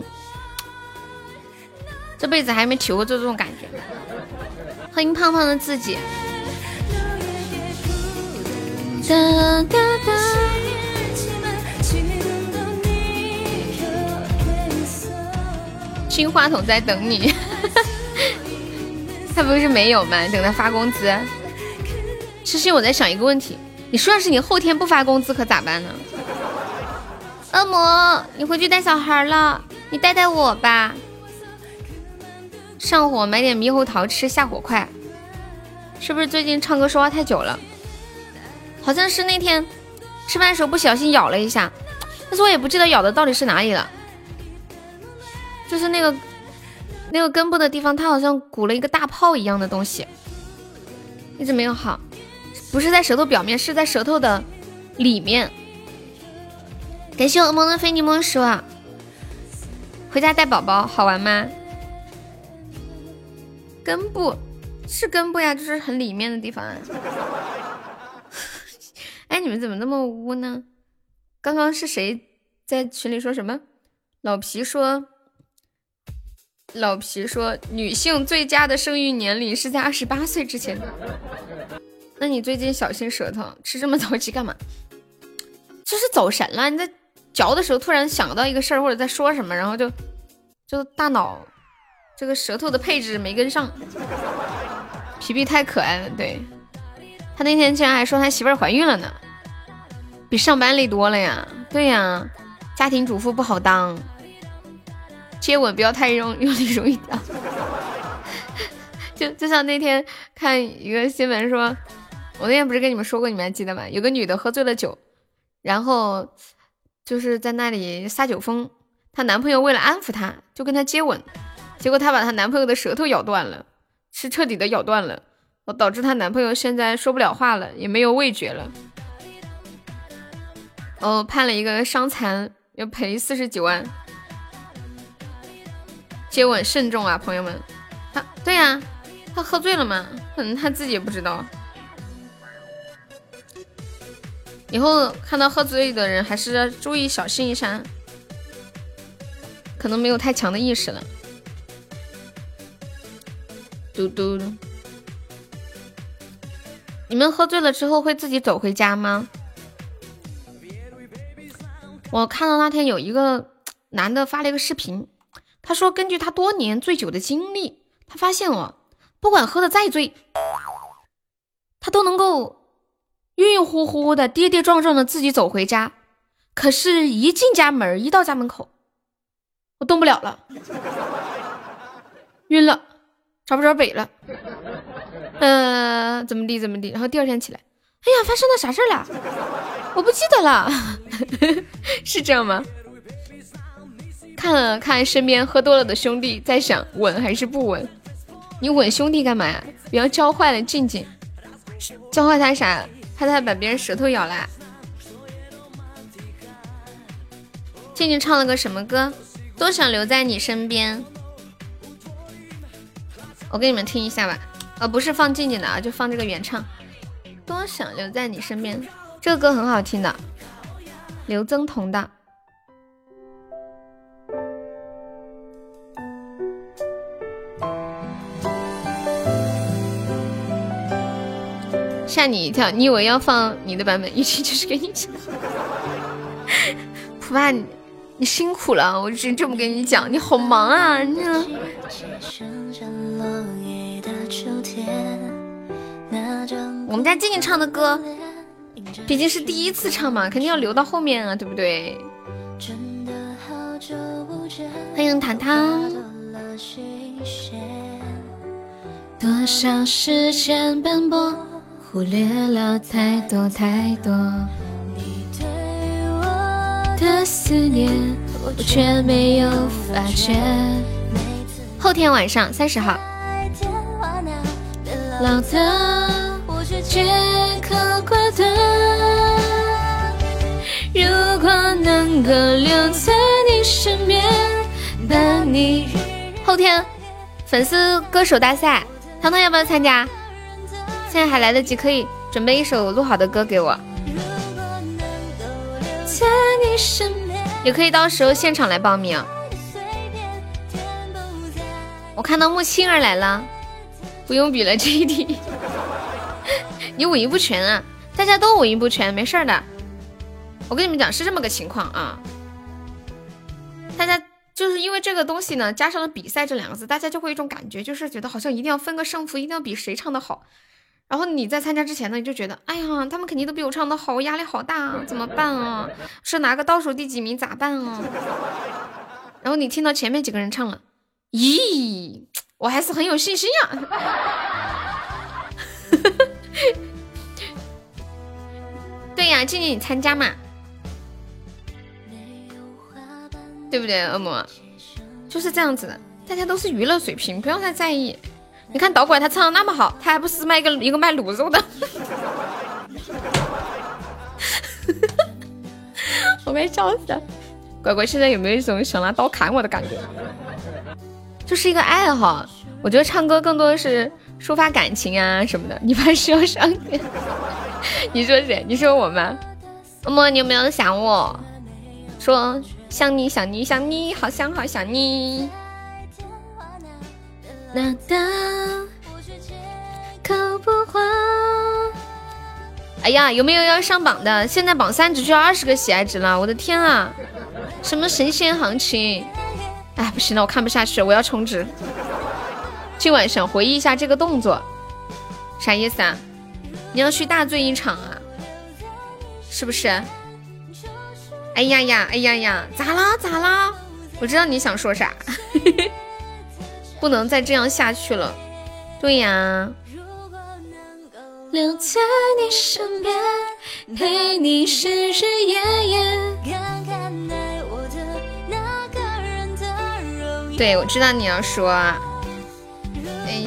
这辈子还没体会过这种感觉。欢迎胖胖的自己。哒哒哒，金话筒在等你。他不是没有吗？等他发工资。其实我在想一个问题，你说要是你后天不发工资可咋办呢？恶魔，你回去带小孩了，你带带我吧。上火买点猕猴桃吃下火快。是不是最近唱歌说话太久了？好像是那天吃饭的时候不小心咬了一下，但是我也不记得咬的到底是哪里了。就是那个根部的地方，它好像鼓了一个大炮一样的东西，一直没有好。不是在舌头表面，是在舌头的里面。感谢我恶魔的非你莫属啊！回家带宝宝好玩吗？根部是根部呀，就是很里面的地方啊。哎，你们怎么那么污呢？刚刚是谁在群里说什么？老皮说女性最佳的生育年龄是在28岁之前。那你最近小心舌头，吃这么早起干嘛？就是走神了，你在嚼的时候突然想到一个事儿，或者在说什么，然后就大脑这个舌头的配置没跟上。皮皮太可爱了，对，他那天竟然还说他媳妇儿怀孕了呢。 比上班累多了呀。对呀，家庭主妇不好当，接吻不要太用力容易掉。就像那天看一个新闻说，我那天不是跟你们说过，你们还记得吗？有个女的喝醉了酒，然后就是在那里撒酒疯，她男朋友为了安抚她，就跟她接吻，结果她把她男朋友的舌头咬断了，是彻底的咬断了，导致她男朋友现在说不了话了，也没有味觉了。判了一个伤残，要赔40几万。接吻慎重啊，朋友们。对呀，他喝醉了嘛，可能他自己也不知道。以后看到喝醉的人还是要注意小心一下，可能没有太强的意识了。嘟嘟，你们喝醉了之后会自己走回家吗？我看到那天有一个男的发了一个视频，他说根据他多年醉酒的经历，他发现不管喝的再醉，他都能够晕晕乎乎的跌跌撞撞的自己走回家，可是一进家门，一到家门口，我动不了了，晕了，找不着北了，怎么地，然后第二天起来，哎呀，发生了啥事了？我不记得了。是这样吗？看了看身边喝多了的兄弟，在想吻还是不吻。你吻兄弟干嘛呀？不要教坏了静静。教坏他啥？怕他把别人舌头咬啦。静静唱了个什么歌？多想留在你身边。我给你们听一下吧。不是放静静的啊，就放这个原唱。多想留在你身边，这个歌很好听的，刘增彤的。吓你一跳，你以为要放你的版本，一听就是给你讲。普爸，你辛苦了，我只这么跟你讲，你好忙啊！我们家静静唱的歌，毕竟是第一次唱嘛，肯定要留到后面啊，对不对？欢迎糖糖。多少时间奔波，忽略了太多太多，你对我的思念，我却没有发觉。后天晚上30号，老的我却刻骨的，如果能够留在你身边，把你。后天粉丝歌手大赛，糖糖要不要参加？现在还来得及，可以准备一首录好的歌给我，也可以到时候现场来报名。我看到木青儿来了，不用比了这一题。你五音不全啊，大家都五音不全，没事的。我跟你们讲是这么个情况啊，大家就是因为这个东西呢，加上了比赛这2个字，大家就会有一种感觉，就是觉得好像一定要分个胜负，一定要比谁唱的好。然后你在参加之前呢，你就觉得，哎呀，他们肯定都比我唱的好，我压力好大啊，怎么办啊？是拿个倒数第几名咋办啊？然后你听到前面几个人唱了，咦，我还是很有信心呀。对呀，静静你参加嘛，对不对，恶魔？就是这样子的，大家都是娱乐水平，不要太在意。你看导拐他唱的那么好，他还不是卖一个卖卤肉的。我快笑死了。乖乖现在有没有一种想拿刀砍我的感觉？就是一个爱好，我觉得唱歌更多的是抒发感情啊什么的。你怕是要伤人？你说谁？你说我吗？恶魔，你有没有想我？说想你想你想你，好想好想你。那的口不花。哎呀，有没有要上榜的？现在榜3只需要20个喜爱值了，我的天啊！什么神仙行情？哎，不行了，我看不下去，我要充值。今晚想回忆一下这个动作，啥意思啊？你要去大醉一场啊？是不是？ 哎呀呀，哎呀呀，咋啦咋啦？我知道你想说啥，不能再这样下去了。对呀，留在你身边，陪你日日夜夜。对，我知道你要说。哎，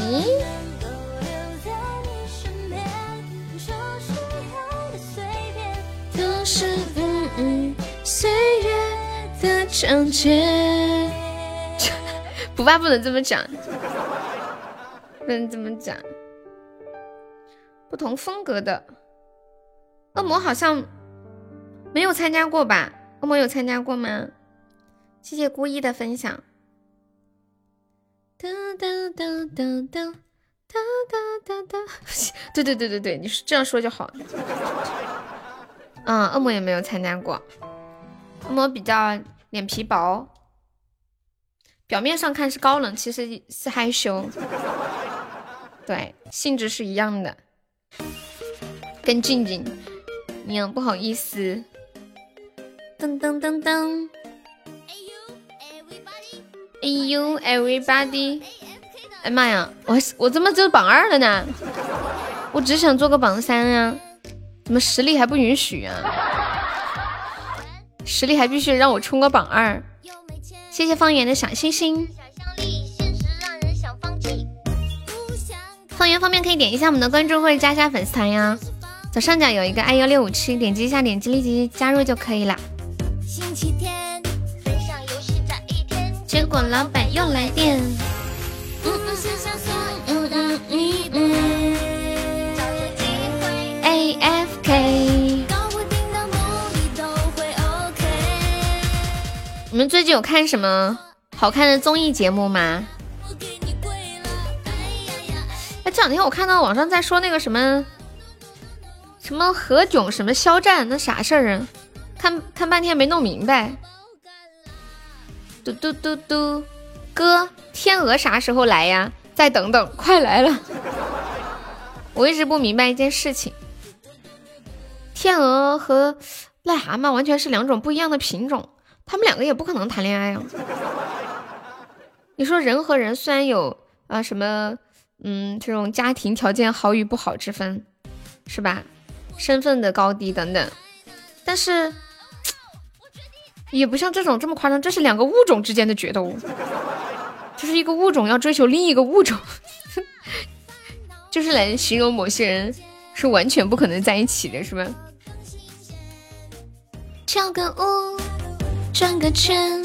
都是岁月的长街。不怕不能这么讲，不能这么讲。不同风格的恶魔好像没有参加过吧？恶魔有参加过吗？谢谢孤一的分享。对对对对对，你这样说就好。恶魔也没有参加过。恶魔比较脸皮薄，表面上看是高冷，其实是害羞。对，性质是一样的。跟静静一样，不好意思。噔噔噔噔。哎呦 everybody， 哎妈呀，我怎么只有榜2了呢？我只想做个榜3啊，怎么实力还不允许啊？实力还必须让我冲个榜2。谢谢方圆的小星星。方圆方面可以点一下我们的关注或者加一下粉丝团呀。左上角有一个i1657，点击一下，点击立即加入就可以了。星期天分享游戏在一天，结果老板又来电。AFK。你们最近有看什么好看的综艺节目吗？哎，这两天我看到网上在说那个什么何炅什么肖战，那啥事儿啊？看半天没弄明白。嘟嘟嘟嘟，哥，天鹅啥时候来呀？再等等，快来了。我一直不明白一件事情，天鹅和癞蛤蟆完全是2种不一样的品种，他们2个也不可能谈恋爱啊。你说人和人虽然有什么这种家庭条件好与不好之分，是吧？身份的高低等等，但是也不像这种这么夸张，这是2个物种之间的决斗，就是一个物种要追求另一个物种，就是来形容某些人是完全不可能在一起的，是吧？跳个舞，转个圈。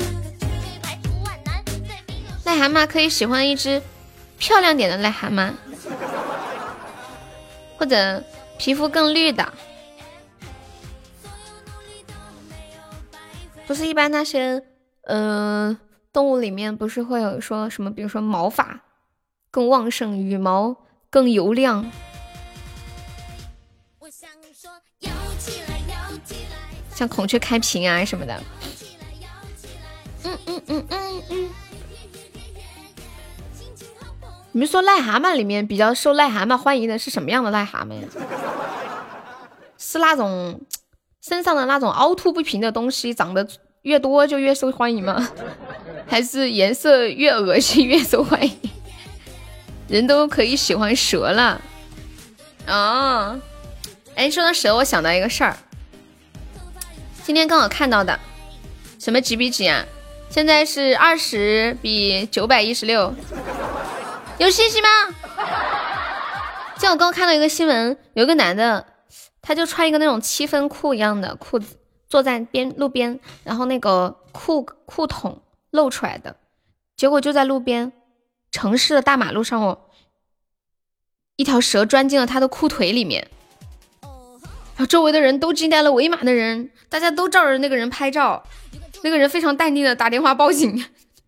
癞蛤蟆可以喜欢一只漂亮点的癞蛤蟆，或者皮肤更绿的。不是一般那些动物里面不是会有说什么，比如说毛发更旺盛，羽毛更油亮，像孔雀开屏啊什么的。你们说癞蛤蟆里面比较受癞蛤蟆欢迎的是什么样的癞蛤蟆呀？是那种身上的那种凹凸不平的东西长得越多就越受欢迎吗？还是颜色越恶心越受欢迎？人都可以喜欢蛇了哦。哎，说到蛇，我想到一个事儿，今天刚好看到的。什么几比几啊？现在是20比916。有信息吗？像我刚看到一个新闻，有一个男的，他就穿一个那种7分裤一样的裤子，坐在路边，然后那个裤筒露出来的，结果就在路边城市的大马路上一条蛇钻进了他的裤腿里面，然后周围的人都惊呆了，围满的人，大家都照着那个人拍照，那个人非常淡定的打电话报警。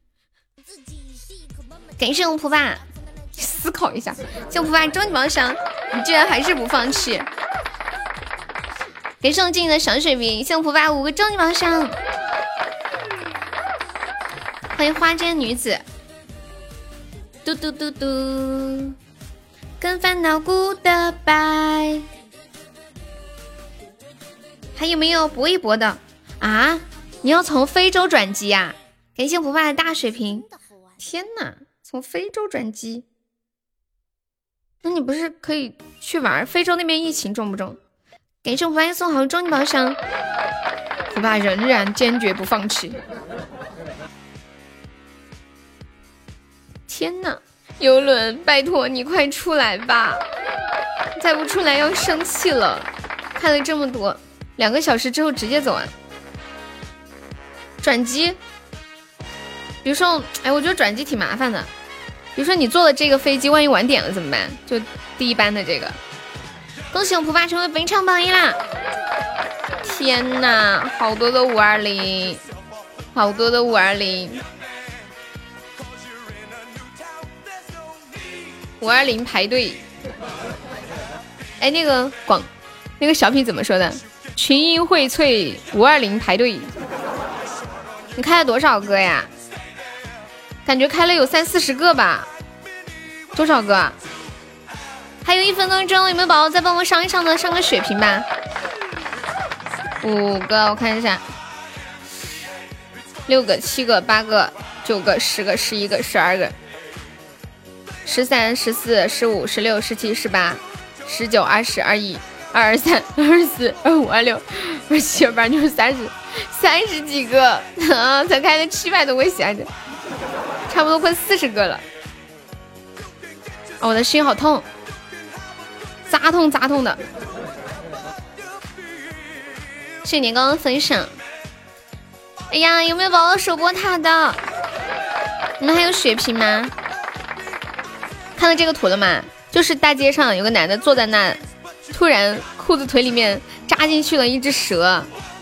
感谢我普爸，思考一下，谢我普爸终极榜上，你居然还是不放弃。给上镜的小水瓶，谢我普爸5个终极榜上。欢迎花间女子，嘟嘟嘟嘟，跟烦恼 goodbye。还有没有搏一搏的？ 啊！你要从非洲转机呀？感谢不败的大水瓶！天哪，从非洲转机，那你不是可以去玩？非洲那边疫情重不重？感谢不败送好终极宝箱，不败仍然坚决不放弃。天哪，游轮，拜托你快出来吧！再不出来要生气了。看了这么多，2个小时之后直接走完。转机，比如说，哎，我觉得转机挺麻烦的。比如说你坐的这个飞机，万一晚点了怎么办？就第一班的这个。恭喜我普爸成为本场榜一啦！天哪，好多的520，好多的520，520排队。哎，那个小品怎么说的？群英荟萃，520排队。你开了多少个呀？感觉开了有30-40个吧。多少个？还有1分多钟，有没有宝宝再帮我上一上的，上个血瓶吧？5个，我看一下，6个、7个、8个、9个、10个、11个、12个、13、14、15、16、17、18、19、20、21、22、23、24、25、26、27、28、29、30几个啊！才开了700多个血，差不多快40个了。哦，我的心好痛，扎痛的。谢谢年糕的分享。哎呀，有没有宝宝首播塔的？你们还有血瓶吗？看到这个图了吗？就是大街上有个男的坐在那，突然裤子腿里面扎进去了一只蛇。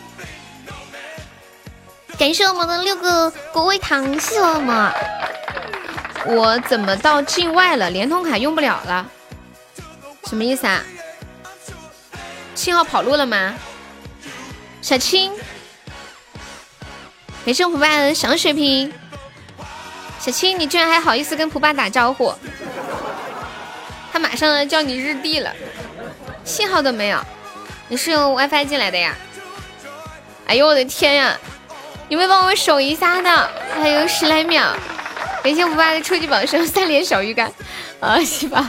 感谢我们的6个果味糖，谢谢我们。我怎么到境外了？联通卡用不了了？什么意思啊？信号跑路了吗？小青，感谢普爸的小血瓶。小青，你居然还好意思跟普爸打招呼？他马上要叫你日帝了，信号都没有。你是用 WiFi 进来的呀？哎呦我的天呀！有没有帮我守一下的？还有10来秒。感谢普爸的初级宝箱3连小鱼干啊，是吧？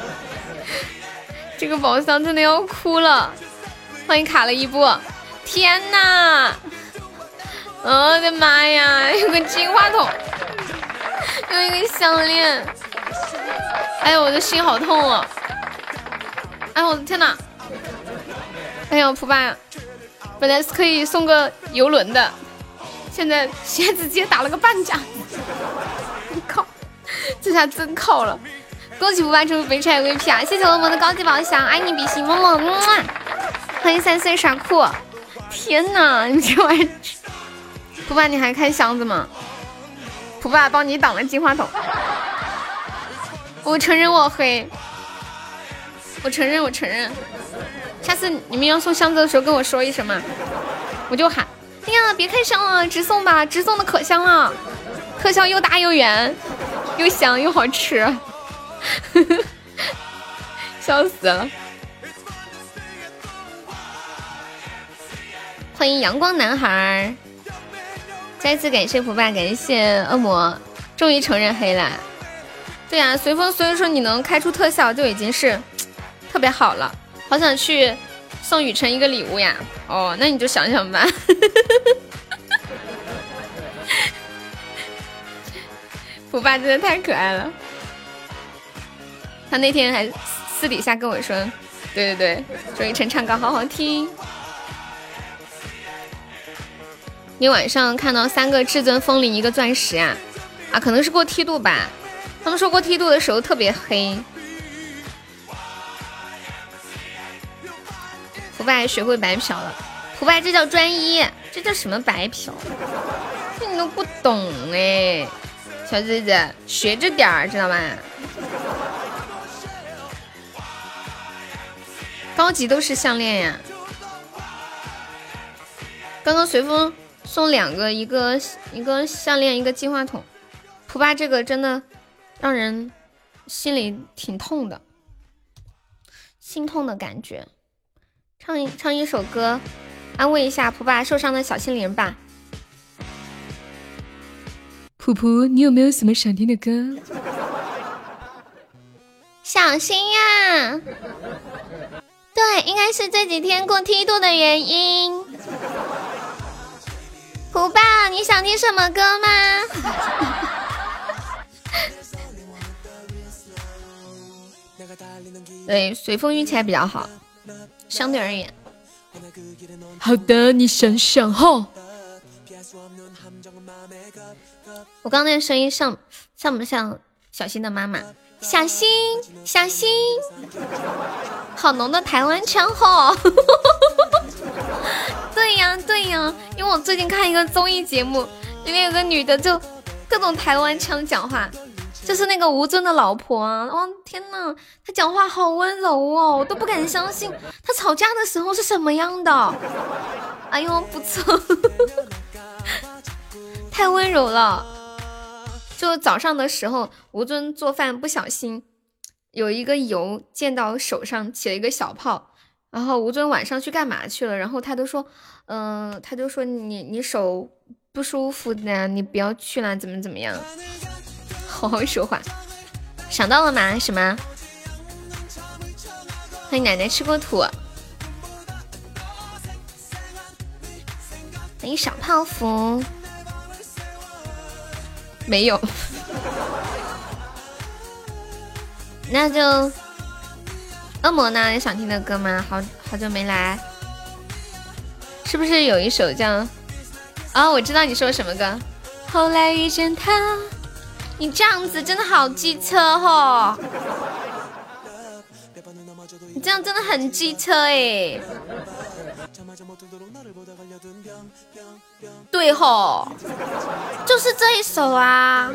这个宝箱真的要哭了。欢迎卡了一波，天哪！我的妈呀，有个金话筒，有一个项链。哎呦，我的心好痛哦！哎我的天哪！哎呦，普爸，本来是可以送个游轮的，现在鞋子直接打了个半价。靠，这下真靠了！恭喜普爸成为本场 MVP 啊！谢谢我们的高级宝箱，爱你比心，么么。欢迎3岁傻酷！天哪，你这玩意儿！普爸，你还开箱子吗？普爸帮你挡了金话筒。我承认我黑，我承认。下次你们要送箱子的时候跟我说一声嘛，我就喊。哎呀，别开箱了，直送吧，直送的可香了，特效又大又圆，又香又好吃，笑死了。欢迎阳光男孩，再次感谢普爸，感谢恶魔，终于承认黑了。对呀，随风，所以说你能开出特效就已经是特别好了。好想去送雨辰一个礼物呀！哦，那你就想想吧。普爸真的太可爱了，他那天还私底下跟我说，对，说雨辰唱歌好好听。你晚上看到3个至尊风铃1个钻石啊？啊，可能是过梯度吧。他们说过梯度的时候特别黑。普爸学会白嫖了，普爸这叫专一，这叫什么白嫖？这你都不懂哎，小姐姐学着点儿，知道吗？高级都是项链呀。刚刚随风送2个，一个项链，一个金话筒。普爸这个真的让人心里挺痛的，心痛的感觉。唱一首歌， 安慰一下普爸受伤的小心灵吧。 普普，你有没有什么想听的歌？ 小心呀！对，应该是这几天过梯度的原因。普爸，你想听什么歌吗？对，随风运气还比较好，相对而言。 好的，你想想哈。 我刚那个声音像不像小新的妈妈？小新，小新，好浓的台湾腔吼！对呀对呀，因为我最近看一个综艺节目，里面有个女的就各种台湾腔讲话，就是那个吴尊的老婆啊！哦天哪，她讲话好温柔哦，我都不敢相信她吵架的时候是什么样的。哎呦，不错，太温柔了。就早上的时候，吴尊做饭不小心有一个油溅到手上，起了一个小泡。然后吴尊晚上去干嘛去了？然后他就说你手不舒服的，你不要去了，怎么样？好好说话。想到了吗？什么？欢迎奶奶吃过土。欢迎小泡芙。没有。那就恶魔呢？有想听的歌吗？好久没来，是不是有一首叫我知道你说什么歌。后来遇见他，你这样子真的好机车哦，你这样真的很机车哎。对吼，就是这一首啊。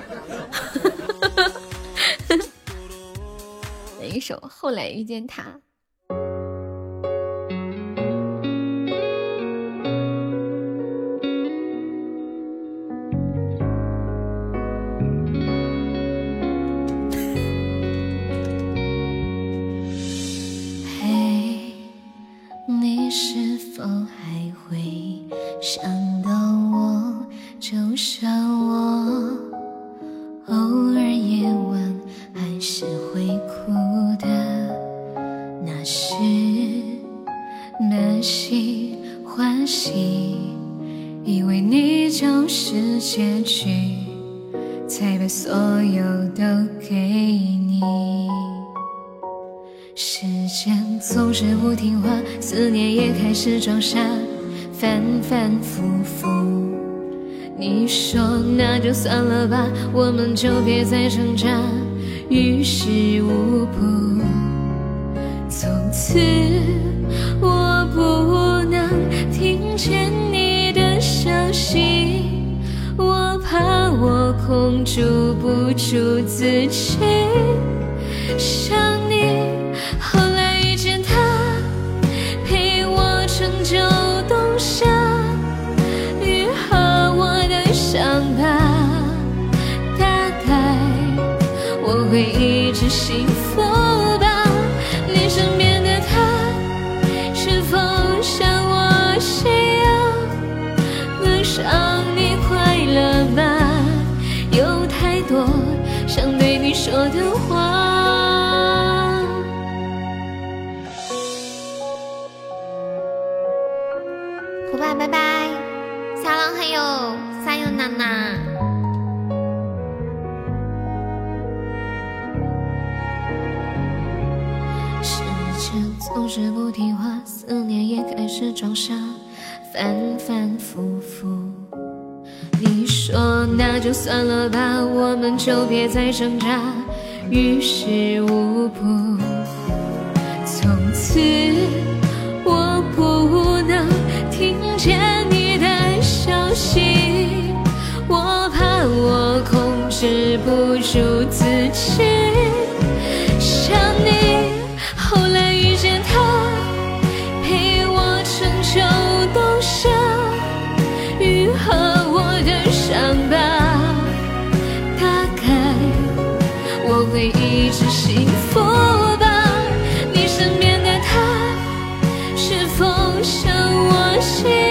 哪一首？后来遇见他。嘿，你是否还会想到我？就像我偶尔夜晚还是会哭的，那是满心欢喜，以为你就是结局，才把所有都给你。时间总是不听话，思念也开始装傻，反反复复。你说那就算了吧，我们就别再挣扎，于事无补。从此我不能听见你的消息，我怕我控制不住自己。想你，后来遇见他，陪我成就冬夏，愈合我的伤疤。大概我会一直幸福吧。你身边的他，是否像我一样，能让你快乐吗？有太多想对你说的话。普爸拜拜，小狼还有撒尤娜娜。时间总是不听话，思念也开始装傻，反反复复。你说那就算了吧，我们就别再挣扎，于事无补。从此我不能听见你的消息，我怕我控制不住自己。想你，后来遇见他，陪我成就冬夏，愈合我的伤疤。大概我会一直幸福吧。你身边的他，是否像我一样？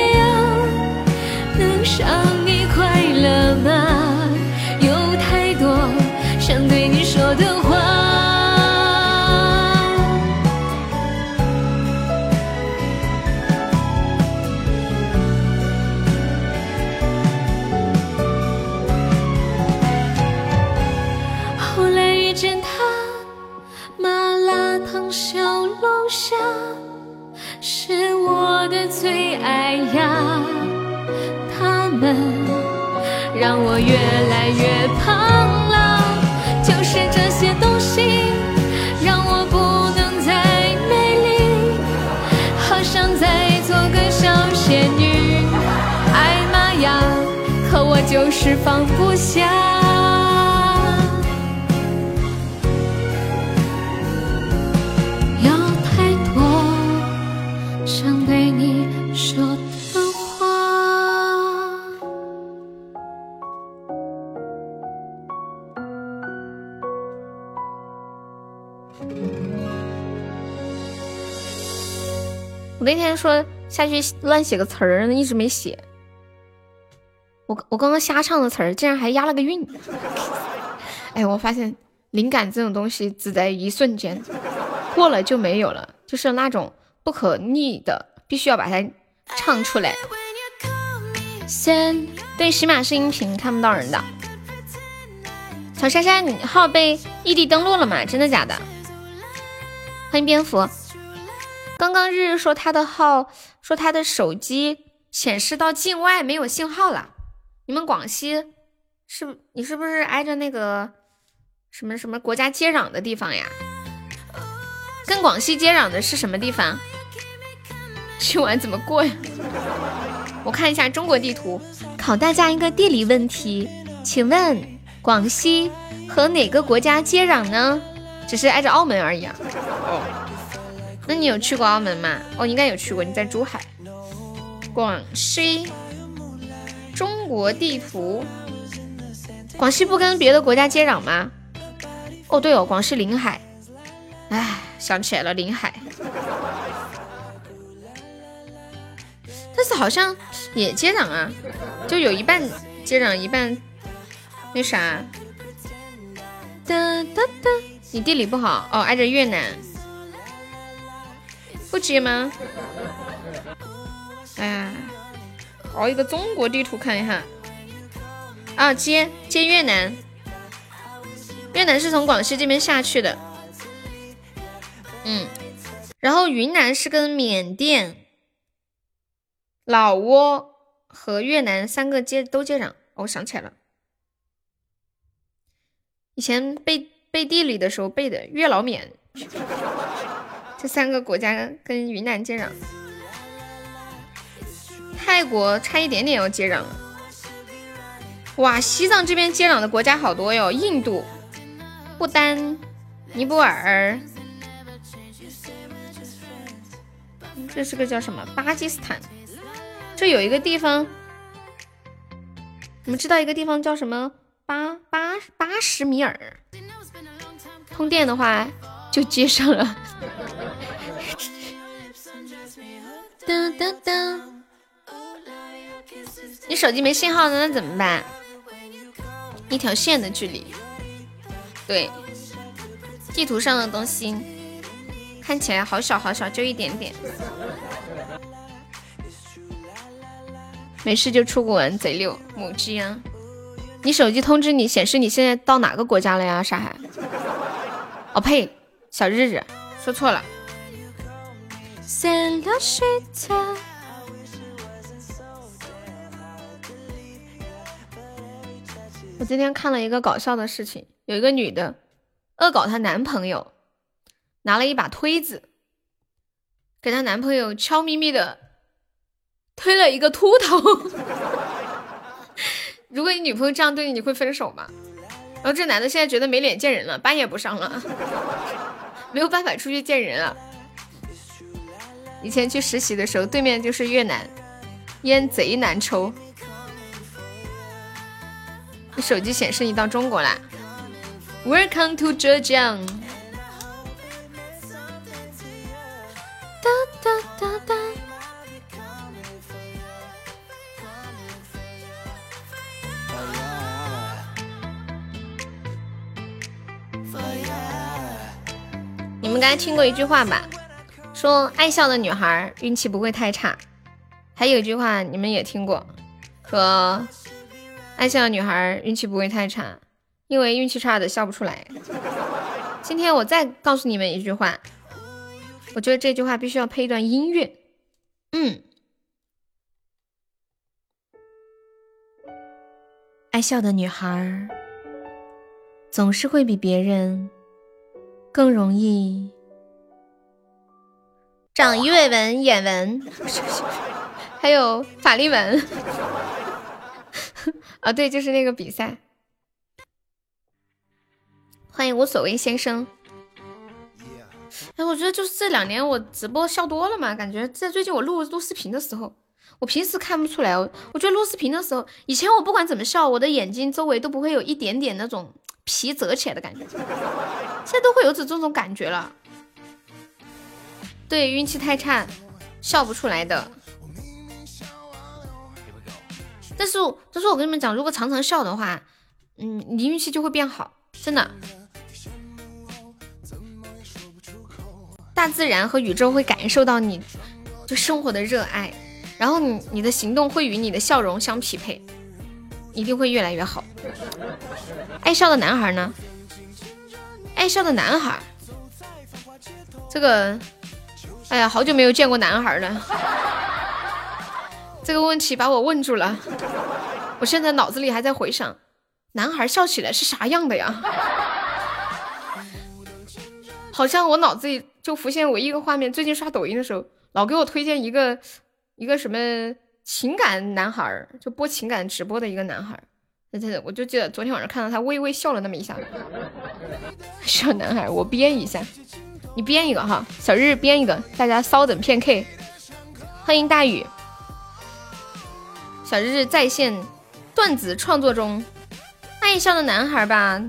小楼下是我的最爱呀，他们让我越来越胖了，就是这些东西让我不能再美丽，好想再做个小仙女。哎妈呀，可我就是放不下。想对你说的话。我那天说下去乱写个词儿，一直没写。我刚刚瞎唱的词儿，竟然还押了个韵。哎，我发现灵感这种东西只在一瞬间，过了就没有了，就是那种不可逆的，必须要把它唱出来。对，喜马是音频，看不到人的。小珊珊，你号被异地登录了吗？真的假的？欢迎蝙蝠。刚刚日日说他的号，说他的手机显示到境外没有信号了。你们广西你是不是挨着那个什么什么国家接壤的地方呀？跟广西接壤的是什么地方？今晚怎么过呀？我看一下中国地图，考大家一个地理问题，请问广西和哪个国家接壤呢？只是挨着澳门而已啊。哦，那你有去过澳门吗？哦，应该有去过，你在珠海。广西中国地图，广西不跟别的国家接壤吗？哦，对哦，广西临海。哎，想起来了，临海。但是好像也接壤啊，就有一半接壤，一半那啥。哒哒哒，你地理不好哦，挨着越南，不接吗？哎呀，搞一个中国地图看一下啊，接越南，越南是从广西这边下去的，然后云南是跟缅甸、老挝和越南三个都接壤。我想起来了，以前背地理的时候背的越老缅，这三个国家跟云南接壤。泰国差一点点要接壤了。哇，西藏这边接壤的国家好多哟，印度、不丹、尼泊尔，这是个叫什么巴基斯坦。这有一个地方，你们知道一个地方叫什么巴什米尔，通电的话就接上了。噔噔噔，你手机没信号呢，那怎么办？一条线的距离。对，地图上的东西看起来好小好小，就一点点。没事就出国玩，贼溜，母鸡啊！你手机通知你显示你现在到哪个国家了呀？沙海？哦呸，小日日说错了。我今天看了一个搞笑的事情，有一个女的恶搞她男朋友，拿了一把推子给她男朋友悄咪咪的推了一个秃头。如果你女朋友这样对你，你会分手吗？然后这男的现在觉得没脸见人了，班也不上了，没有办法出去见人了。以前去实习的时候，对面就是越南，烟贼难抽。你手机显示你到中国啦 ，Welcome to Zhejiang。哒哒哒哒。你们刚才听过一句话吧？说爱笑的女孩运气不会太差。还有一句话你们也听过，说爱笑的女孩运气不会太差，因为运气差的笑不出来。今天我再告诉你们一句话， 我觉得这句话必须要配一段音乐。爱笑的女孩总是会比别人更容易长鱼尾纹、眼纹，还有法令纹。啊，对，就是那个比赛。欢迎无所谓先生。哎，我觉得就是这2年我直播笑多了嘛，感觉在最近我录视频的时候，我平时看不出来。我觉得录视频的时候，以前我不管怎么笑，我的眼睛周围都不会有一点点那种皮折起来的感觉，现在都会有这种感觉了。对，运气太差，笑不出来的。但是我跟你们讲，如果常常笑的话，你运气就会变好，真的。大自然和宇宙会感受到你对生活的热爱，然后你的行动会与你的笑容相匹配，一定会越来越好。爱笑的男孩呢？爱笑的男孩，这个，哎呀，好久没有见过男孩了。这个问题把我问住了，我现在脑子里还在回想，男孩笑起来是啥样的呀？好像我脑子里就浮现我一个画面，最近刷抖音的时候，老给我推荐一个什么情感男孩，就播情感直播的一个男孩，我就记得昨天晚上看到他微微笑了那么一下。小男孩，我编一下，你编一个哈，小日编一个，大家稍等片 K。欢迎大宇，小日在线段子创作中，爱笑的男孩吧。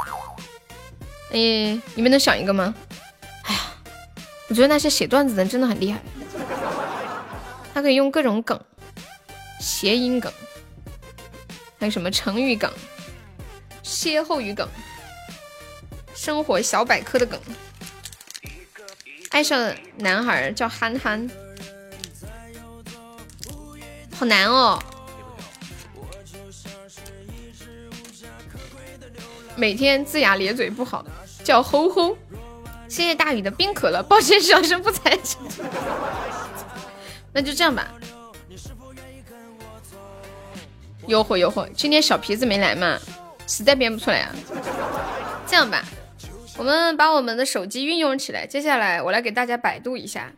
你们能想一个吗？哎呀，我觉得那些写段子的人真的很厉害，他可以用各种梗，谐音梗，还有什么成语梗、歇后语梗、生活小百科的梗。爱上的男孩叫憨憨，好难哦。每天龇牙咧嘴不好，叫吼吼。谢谢大宇的冰可乐，抱歉小声不才。那就这样吧。诱惑诱惑，今天小皮子没来嘛，实在编不出来啊。这样吧，我们把我们的手机运用起来，接下来我来给大家百度一下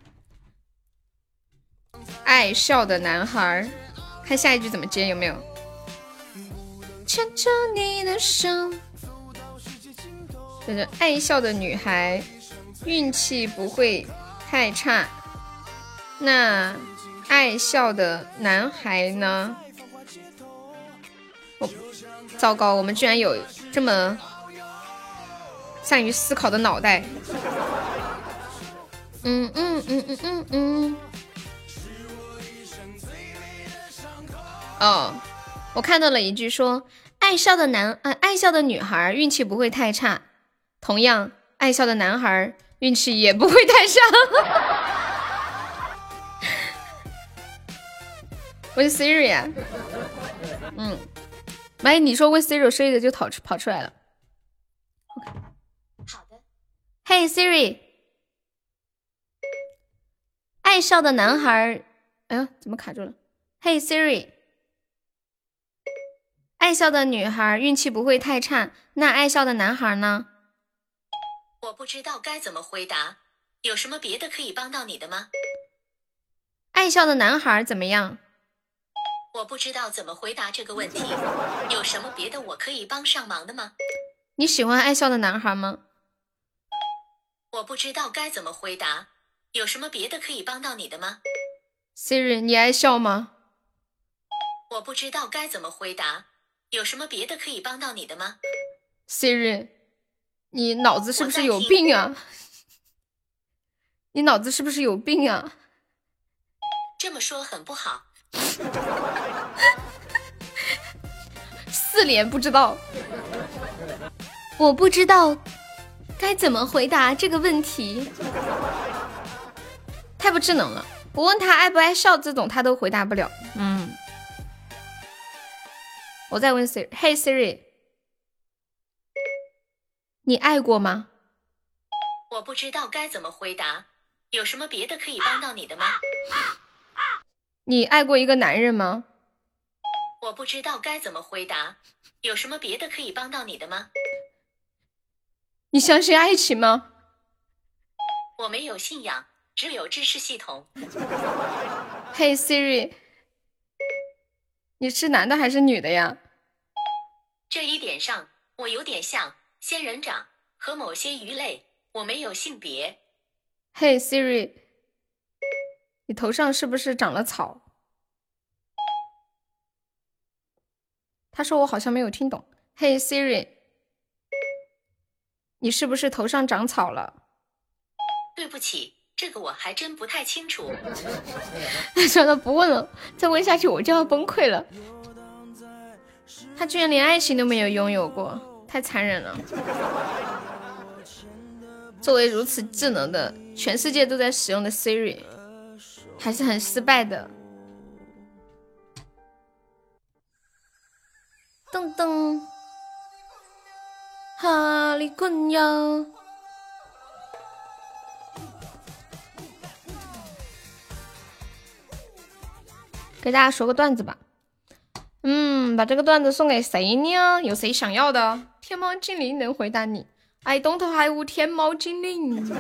爱笑的男孩，看下一句怎么接，有没有？牵着你的手，就是爱笑的女孩运气不会太差，那爱笑的男孩呢？糟糕，我们居然有这么善于思考的脑袋。哦，我看到了一句说，爱笑的女孩运气不会太差，同样爱笑的男孩运气也不会太差。问 Siri 啊，哎，你说问 Siri， 说一个就跑出来了。好的。嘿 Siri， 爱笑的男孩，哎呀，怎么卡住了？嘿 Siri， 爱笑的女孩运气不会太差，那爱笑的男孩呢？ 我不知道该怎么回答，有什么别的可以帮到你的吗？ 爱笑的男孩怎么样？ 我不知道怎么回答这个问题，有什么别的我可以帮上忙的吗？ 你喜欢爱笑的男孩吗？ 我不知道该怎么回答，有什么别的可以帮到你的吗？ Siri， 你爱笑吗？ 我不知道该怎么回答，有什么别的可以帮到你的吗？ Siri， 你脑子是不是有病啊？你脑子是不是有病啊？ 这么说很不好。 4连不知道，我不知道该怎么回答这个问题，太不智能了。我问他爱不爱笑这种他都回答不了。我再问 Siri， 嘿 Siri， 你爱过吗？ 我不知道该怎么回答， 有什么别的可以帮到你的吗？ 你爱过一个男人吗？ 我不知道该怎么回答。有什么别的可以帮到你的吗？ 你相信爱情吗？ 我没有信仰，只有知识系统。 Hey Siri， 你是男的还是女的呀？ 这一点上，我有点像仙人掌和某些鱼类，我没有性别。 Hey Siri， 你头上是不是长了草？他说我好像没有听懂。Hey Siri， 你是不是头上长草了？ 对不起，这个我还真不太清楚。 算了，不问了，再问下去我就要崩溃了。他居然连爱情都没有拥有过，太残忍了。作为如此智能的，全世界都在使用的 Siri， 还是很失败的。噔噔，哈利滚呀！给大家说个段子吧。把这个段子送给谁呢？有谁想要的？天猫精灵能回答你。I don't have 天猫精灵。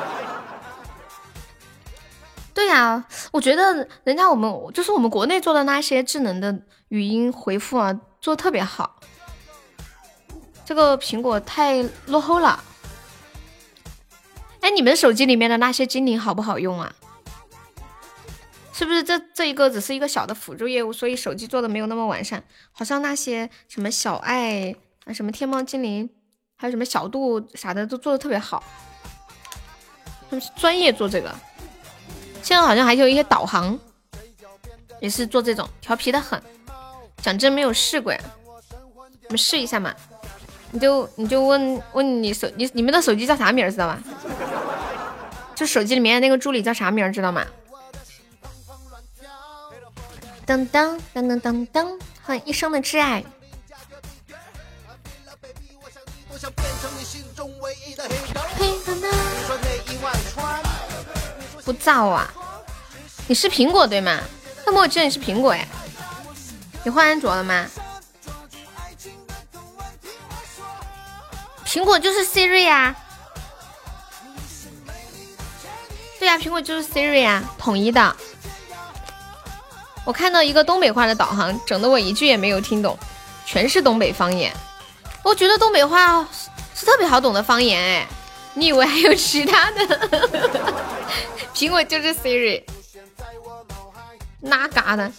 对呀，我觉得人家我们国内做的那些智能的语音回复啊，做得特别好。这个苹果太落后了。哎，你们手机里面的那些精灵好不好用啊？是不是这一个只是一个小的辅助业务，所以手机做的没有那么完善？好像那些什么小爱啊，什么天猫精灵，还有什么小度啥的，都做的特别好。他们是专业做这个。现在好像还有一些导航，也是做这种，调皮的很。讲真没有试过呀，你们试一下嘛。你就问你们的手机叫啥名知道吗？就手机里面那个助理叫啥名知道吗？噔噔噔噔噔噔，欢迎一生的挚爱。不造啊！你是苹果对吗？那么我知道你是苹果哎。你换安卓了吗？苹果就是 Siri 啊。对呀，苹果就是 Siri 啊，统一的。我看到一个东北话的导航，整得我一句也没有听懂，全是东北方言。我觉得东北话是特别好懂的方言哎，你以为还有其他的？苹果就是 Siri， 那嘎的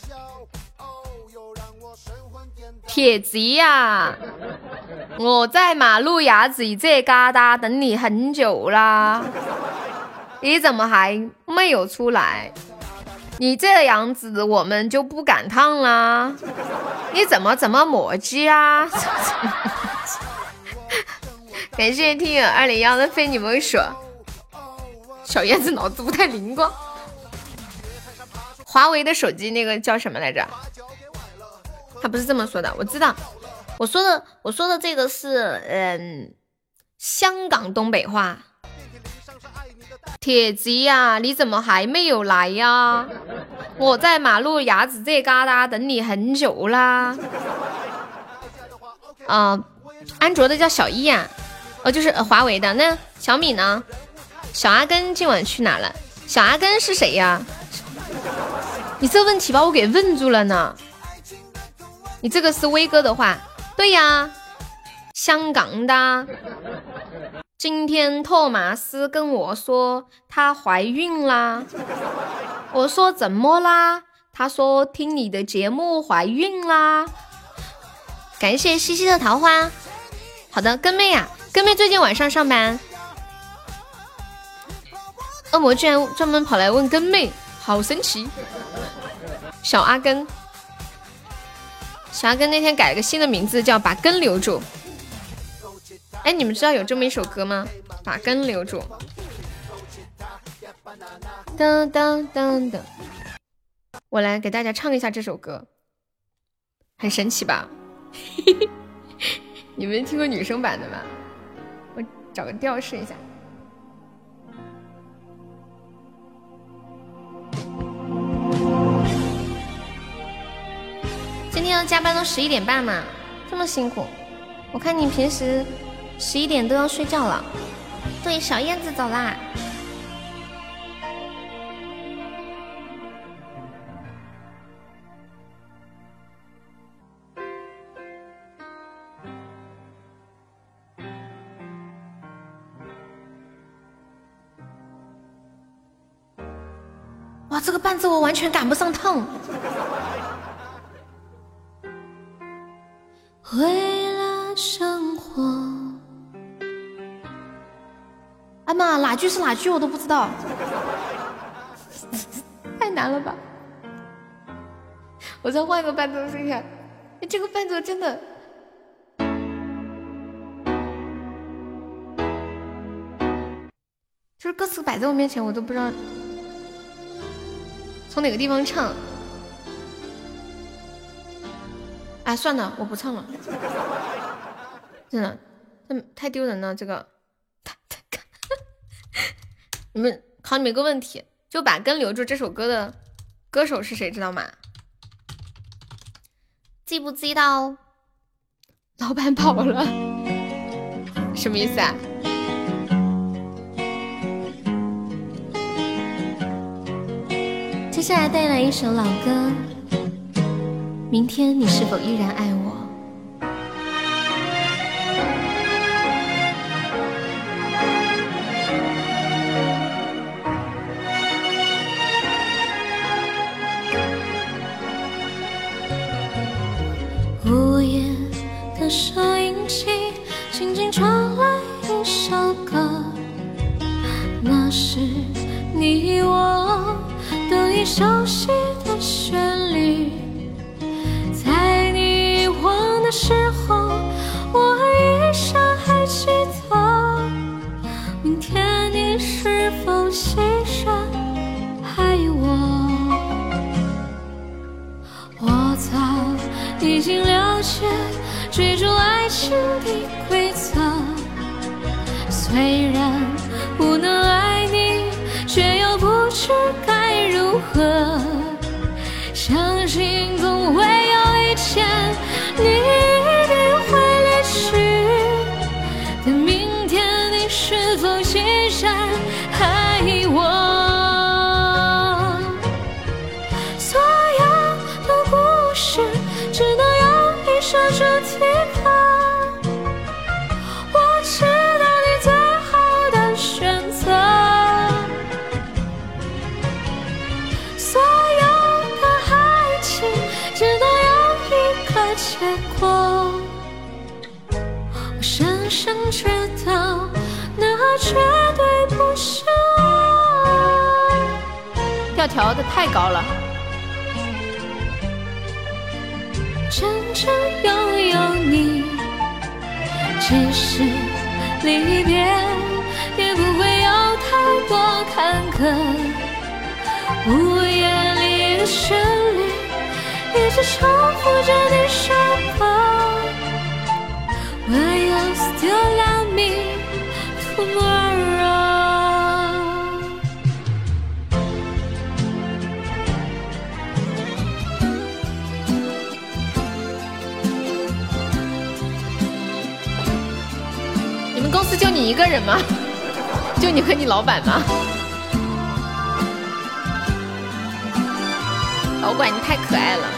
铁子呀！我在马路牙子这疙瘩等你很久啦，你怎么还没有出来？你这样子我们就不赶趟啦！你怎么磨叽啊？感谢听友201的非你莫属。小燕子脑子不太灵光。华为的手机那个叫什么来着？他不是这么说的，我知道。我说的这个是香港东北话。铁子呀，你怎么还没有来呀？我在马路牙子这疙瘩等你很久啦。安卓的叫小一啊，就是华为的。那小米呢？小阿根今晚去哪了？小阿根是谁呀？你这问题把我给问住了呢。你这个是威哥的话，对呀，香港的。今天托马斯跟我说她怀孕啦，我说怎么啦？他说听你的节目怀孕啦。感谢西西的桃花。好的，根妹啊，根妹最近晚上上班。恶魔居然专门跑来问根妹，好神奇。小阿根，小阿根那天改了个新的名字，叫把根留住。哎，你们知道有这么一首歌吗？把根留住。噔噔噔噔，我来给大家唱一下这首歌，很神奇吧？你们听过女生版的吗？我找个调试一下。 上加班都11点半嘛，这么辛苦。我看你平时11点都要睡觉了。对，小燕子走啦。哇，这个伴奏我完全赶不上趟。为了生活，哎妈，哪句是哪句我都不知道，太难了吧！我再换个伴奏试一下，这个伴奏真的。就是歌词摆在我面前，我都不知道从哪个地方唱。哎，算了，我不唱了，真的，这太丢人了。这个，你们考你们一个问题，就把根留住这首歌的歌手是谁，知道吗？记不记到？老板跑了，什么意思啊？接下来带来一首老歌。明天你是否依然爱我？午夜的收音机轻轻传来一首歌，那是你我都已熟悉的旋律。在你遗忘的时候，我依然还记得。明天你是否依然爱我？我早已经了解追逐爱情的规则，虽然不能爱你，却又不知该如何。相信总会有一天，你一定会离去。但明天你是否依然爱我？所有的故事只能有一首主题歌。我知道你最好的选择。所有的爱情只能有一个结果。我深深知道，那绝对不是我。调的太高了。真正拥有你，即使离别也不会有太多坎坷。午夜里的旋律一直重复着那首歌。Will you still love me tomorrow？ 你们公司就你一个人吗？就你和你老板吗？老管你太可爱了。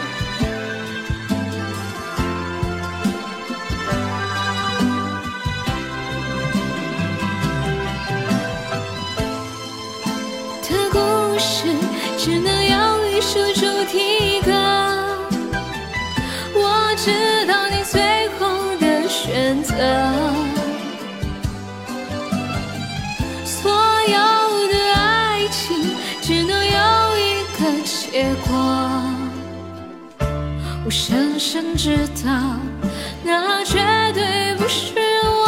的故事只能有一首主题歌。我知道你最后的选择。所有的爱情只能有一个结果。我深深知道，那绝对不是我。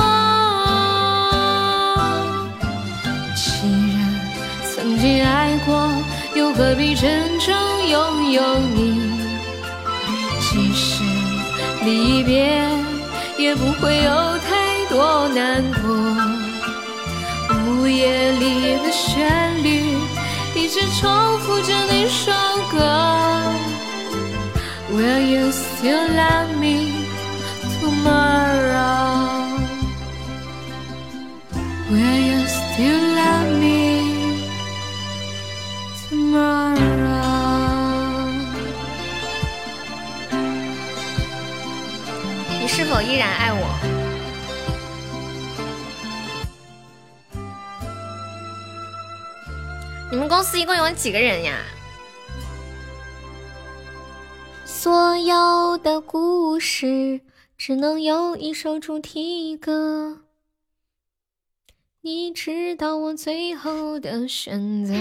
既然曾经爱过，又何必真正拥有你？即使离别，也不会有太多难过。午夜里的旋律一直重复着那首歌。Will you still love me tomorrow? Will you still love me tomorrow? 你是否依然爱我？你们公司一共有几个人呀？所有的故事只能有一首主题歌，你知道我最后的选择。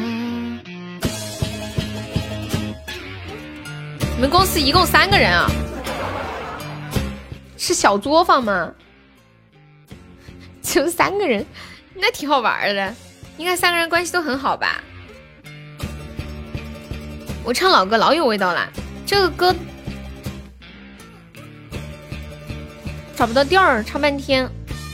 你们公司一共3个人啊？是小作坊吗？只有3个人，那挺好玩的。应该3个人关系都很好吧？我唱老歌老有味道啦，这个歌找不到调儿，唱半天。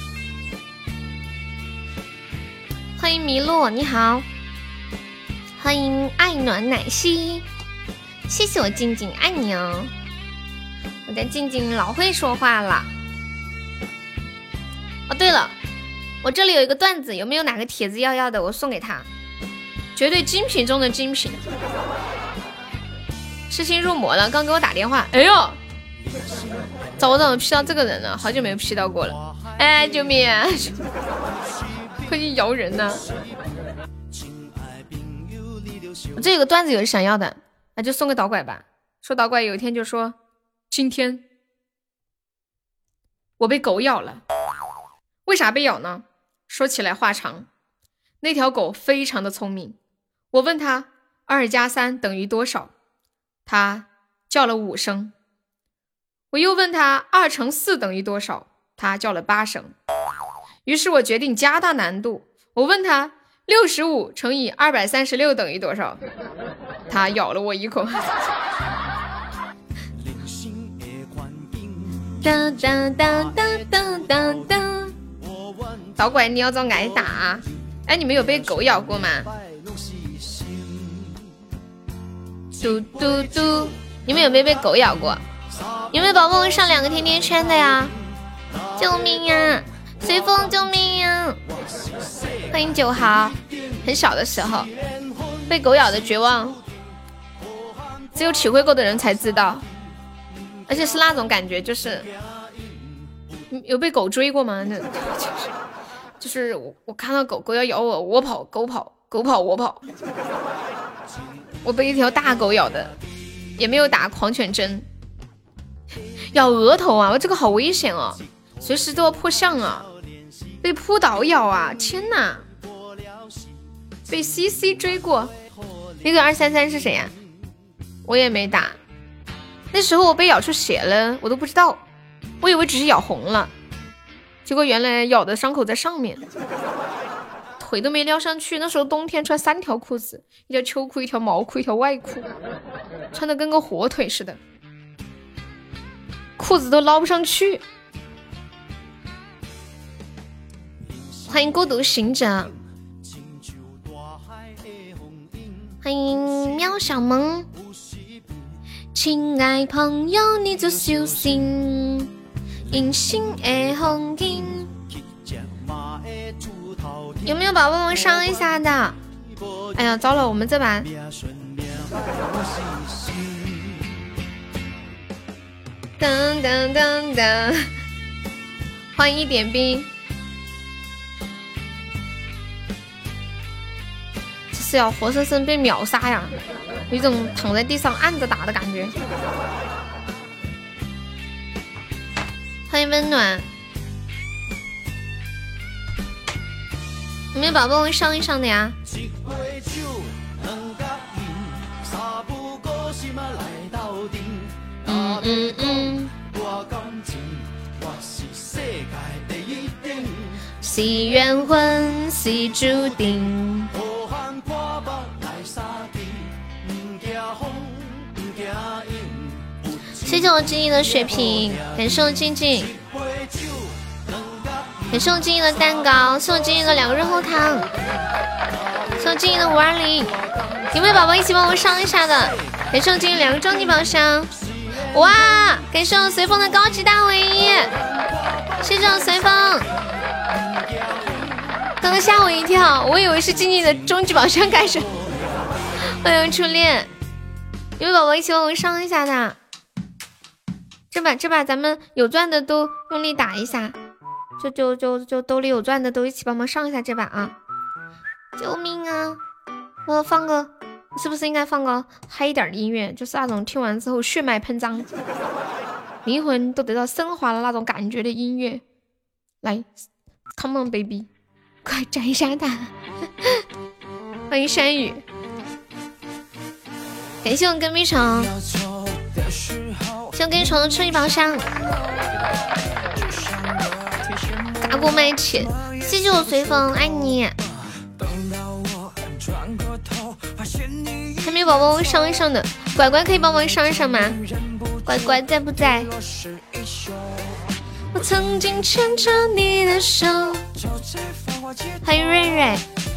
欢迎麋鹿，你好。欢迎爱暖奶昔，谢谢我静静，爱你哦。我的静静老会说话了。哦，对了，我这里有一个段子，有没有哪个帖子要的，我送给他，绝对精品中的精品。痴心入魔了，刚给我打电话，哎呦，早我怎么 P 到这个人了？好久没有 P 到过了，哎，救命啊！快去摇人呢！我这有个段子，有人想要的，那就送个导拐吧。说导拐有一天就说，今天我被狗咬了，为啥被咬呢？说起来话长，那条狗非常的聪明，我问他2+3等于多少，他叫了5声。我又问他2乘4等于多少，他叫了8声。于是我决定加大难度，我问他65乘以236等于多少，他咬了我一口。哒哒哒哒哒哒哒，导拐你要遭挨打。哎，你们有被狗咬过吗？嘟嘟嘟，你们有没有被狗咬过？有没有宝宝们上2个甜甜圈的呀？救命呀！随风救命呀！欢迎9号。很小的时候被狗咬的绝望，只有体会过的人才知道，而且是那种感觉，就是有被狗追过吗？就是我看到狗要咬我，我跑狗跑，狗跑我跑。我被一条大狗咬的，也没有打狂犬针。咬额头啊，这个好危险哦，随时都要破相啊！被扑倒咬啊！天哪！被 CC 追过，那个233是谁呀？我也没打。那时候我被咬出血了，我都不知道，我以为只是咬红了，结果原来咬的伤口在上面，腿都没撩上去。那时候冬天穿3条裤子，一条秋裤，一条毛裤，一条外裤，穿的跟个火腿似的，裤子都捞不上去。欢迎孤独行者，欢迎喵小萌。亲爱朋友你就小心，隐形的风景。有没有宝宝们上一下的？哎呀糟了，我们这把噔噔噔噔，欢迎一点冰。这是要活生生被秒杀呀，有一种躺在地上按着打的感觉。欢迎温暖，有没有宝宝们上一上的呀？是缘分是注定。谢谢我静怡的血瓶，感谢我静静，感谢我静怡的蛋糕，谢我静怡的2个热乎糖，谢我静怡的520。有没有宝宝一起帮我上一下的？感谢我静怡2个终极宝箱。 哇，感谢我随风的高级大尾翼，谢谢我随风。刚刚吓我一跳，我以为是静静的终极宝箱开始。欢迎初恋，有没有宝宝一起帮我上一下的？这把咱们有钻的都用力打一下，就兜里有钻的都一起帮忙上一下这把啊！救命啊！我放个，是不是应该放个嗨一点的音乐？就是那种听完之后血脉喷张，灵魂都得到升华的那种感觉的音乐。来 ，Come on baby， 快摘一下它！欢迎山雨，感谢我跟屁虫，谢我跟屁虫的初级宝箱，打过麦去，谢谢我随风，爱你。还没有宝宝上一上的，乖乖可以帮忙上一上吗？乖乖在不在？我曾经牵着你的手，欢迎瑞瑞，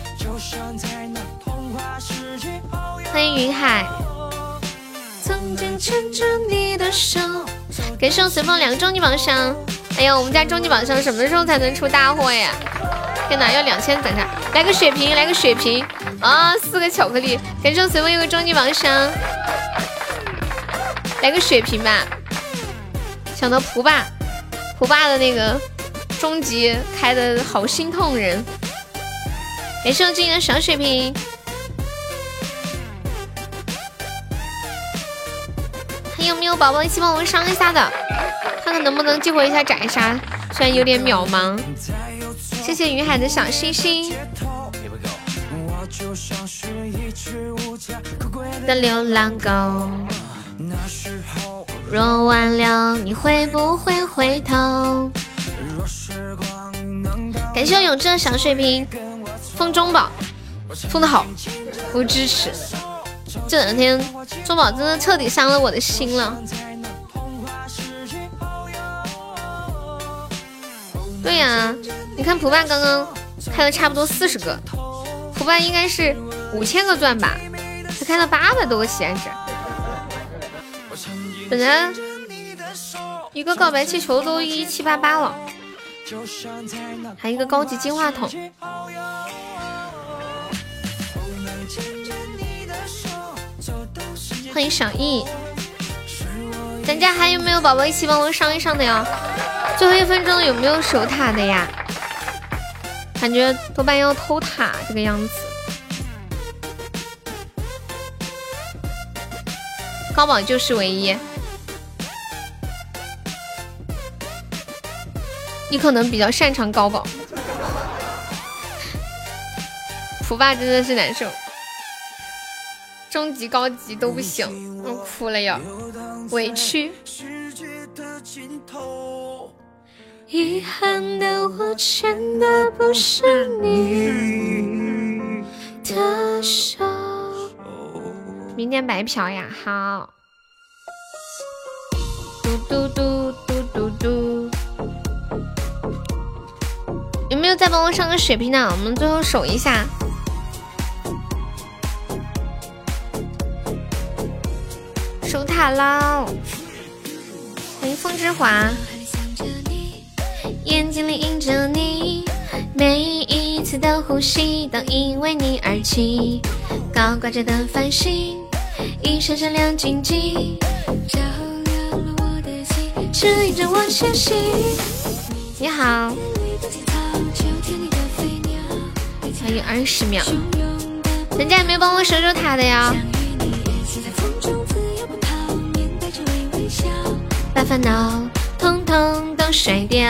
欢迎云海，曾经牵着你的手，感谢我随风2个终极宝箱。哎呀，我们家终极宝箱什么时候才能出大货呀？天哪，要2000等下，来个血瓶，来个血瓶啊！4个巧克力，感谢我随风1个终极宝箱，来个血瓶吧。想到蒲爸的那个终极开的好心痛人，感谢我静的小血瓶。还有没有宝宝一起帮我们上一下的？看看能不能激活一下斩杀，虽然有点渺茫。谢谢云海的小星星的流浪狗，若挽留你会不会回头？感谢我永志的小水瓶，封中宝封得好，我支持。这2天中宝真的彻底伤了我的心了。对呀，你看蒲爸刚刚开了差不多40个，蒲爸应该是5000个钻吧，才开了800多个喜爱值。本来一个告白气球都1788了，还一个高级金话筒。欢迎小易，咱家还有没有宝宝一起帮我上一上的呀？最后1分钟有没有守塔的呀？感觉多半要偷塔这个样子。高宝就是唯一，你可能比较擅长高宝。蒲爸真的是难受，中级高级都不行，我哭了要委屈。遗憾的我牵的不是你的手。明天白嫖呀，好。嘟嘟嘟嘟嘟嘟，有没有再帮我上个血瓶呢？我们最后守一下。守塔喽！欢迎风之华。眼睛里映着你，每一次的呼吸都因为你而起，高挂着的繁星一闪闪亮晶晶，照亮了我的心，指引着我前行。你好，还有20秒，人家有没有帮我守塔的呀？把烦恼统统都甩掉，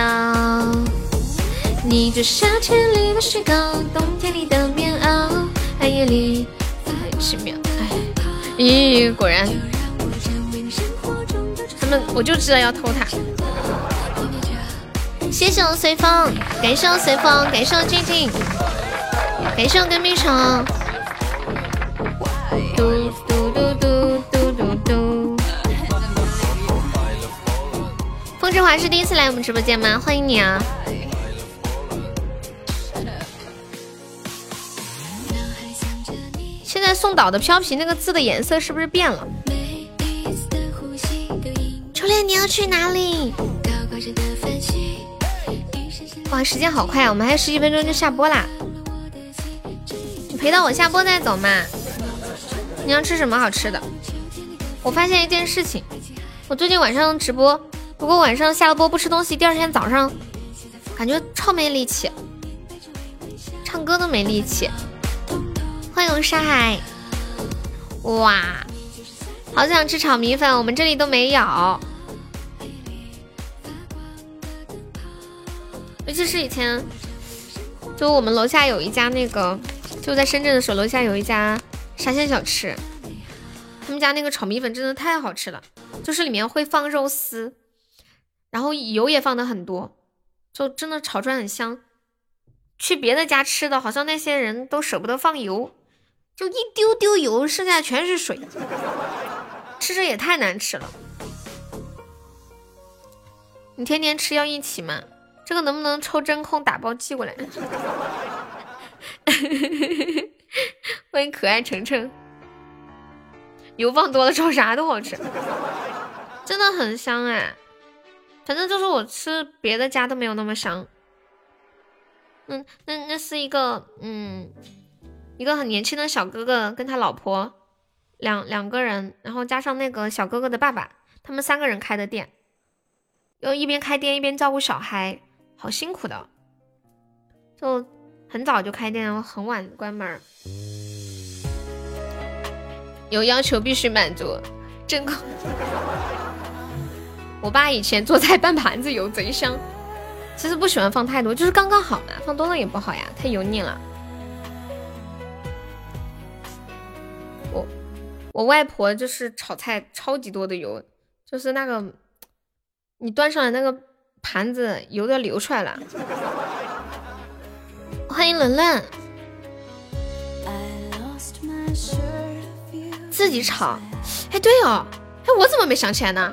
你就像天里的雪糕，冬天里的棉袄，暗夜里很奇妙。咦，果然他们，我就知道要偷塔。谢谢我随风，感谢我随风，感谢我静静，感谢我跟屁虫。嘟嘟嘟嘟嘟嘟嘟。风之华是第一次来我们直播间吗？欢迎你啊！现在送岛的飘皮那个字的颜色是不是变了？ 初恋你要去哪里？哇，时间好快啊，我们还有10几分钟就下播啦。你陪到我下播再走嘛。你要吃什么好吃的？我发现一件事情，我最近晚上直播，如果晚上下了播不吃东西，第二天早上感觉超没力气，唱歌都没力气。欢迎沙海，哇，好想吃炒米粉，我们这里都没有。尤其是以前，就我们楼下有一家那个，就在深圳的时候，楼下有一家沙县小吃，他们家那个炒米粉真的太好吃了，就是里面会放肉丝，然后油也放的很多，就真的炒出来很香。去别的家吃的，好像那些人都舍不得放油，就一丢丢油，剩下全是水，吃着也太难吃了。你天天吃要一起吗？这个能不能抽真空打包寄过来？欢迎可爱程程，油放多了炒啥都好吃，真的很香哎。反正就是我吃别的家都没有那么香。那是一个一个很年轻的小哥哥跟他老婆两个人，然后加上那个小哥哥的爸爸，他们3个人开的店，又一边开店一边照顾小孩，好辛苦的。就很早就开店，然后很晚关门。有要求必须满足，真空。我爸以前做菜拌盘子油贼香，其实不喜欢放太多，就是刚刚好嘛，放多了也不好呀，太油腻了。我外婆就是炒菜超级多的油，就是那个你端上来那个盘子油都流出来了。欢迎伦伦，自己炒。哎，对哦，哎，我怎么没想起来呢？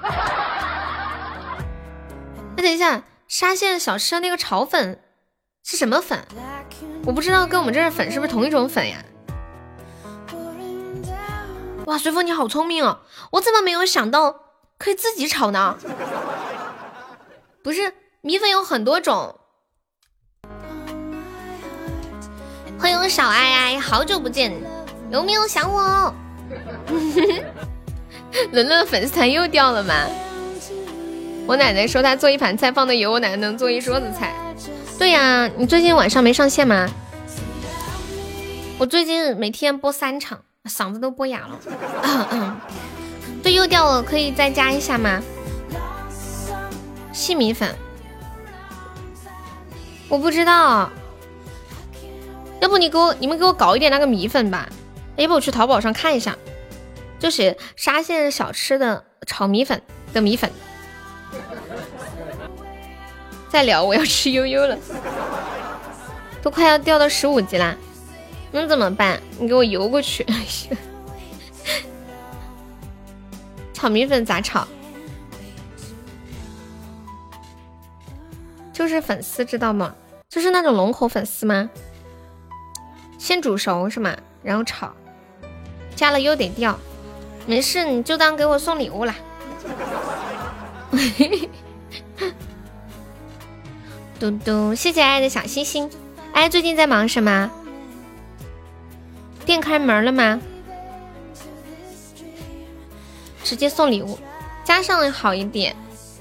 哎，等一下，沙县小吃的那个炒粉是什么粉？我不知道，跟我们这儿粉是不是同一种粉呀？哇，随风你好聪明哦！我怎么没有想到可以自己炒呢？不是，米粉有很多种。欢迎小爱爱，好久不见，有没有想我？伦伦粉丝团又掉了吗？我奶奶说她做一盘菜放的油，我奶奶能做一桌子菜。对呀，你最近晚上没上线吗？我最近每天播3场，嗓子都播哑了。对，又掉了，可以再加一下吗？细米粉，我不知道，要不你们给我搞一点那个米粉吧。要不我去淘宝上看一下，就写沙县小吃的炒米粉的米粉。再聊，我要吃悠悠了，都快要掉到15级啦，那怎么办？你给我游过去。炒米粉咋炒？就是粉丝知道吗？就是那种龙口粉丝吗？先煮熟是吗？然后炒，加了又得掉，没事，你就当给我送礼物啦。嘟嘟，谢谢爱的小星星。爱最近在忙什么？店开门了吗？直接送礼物，加上好一点。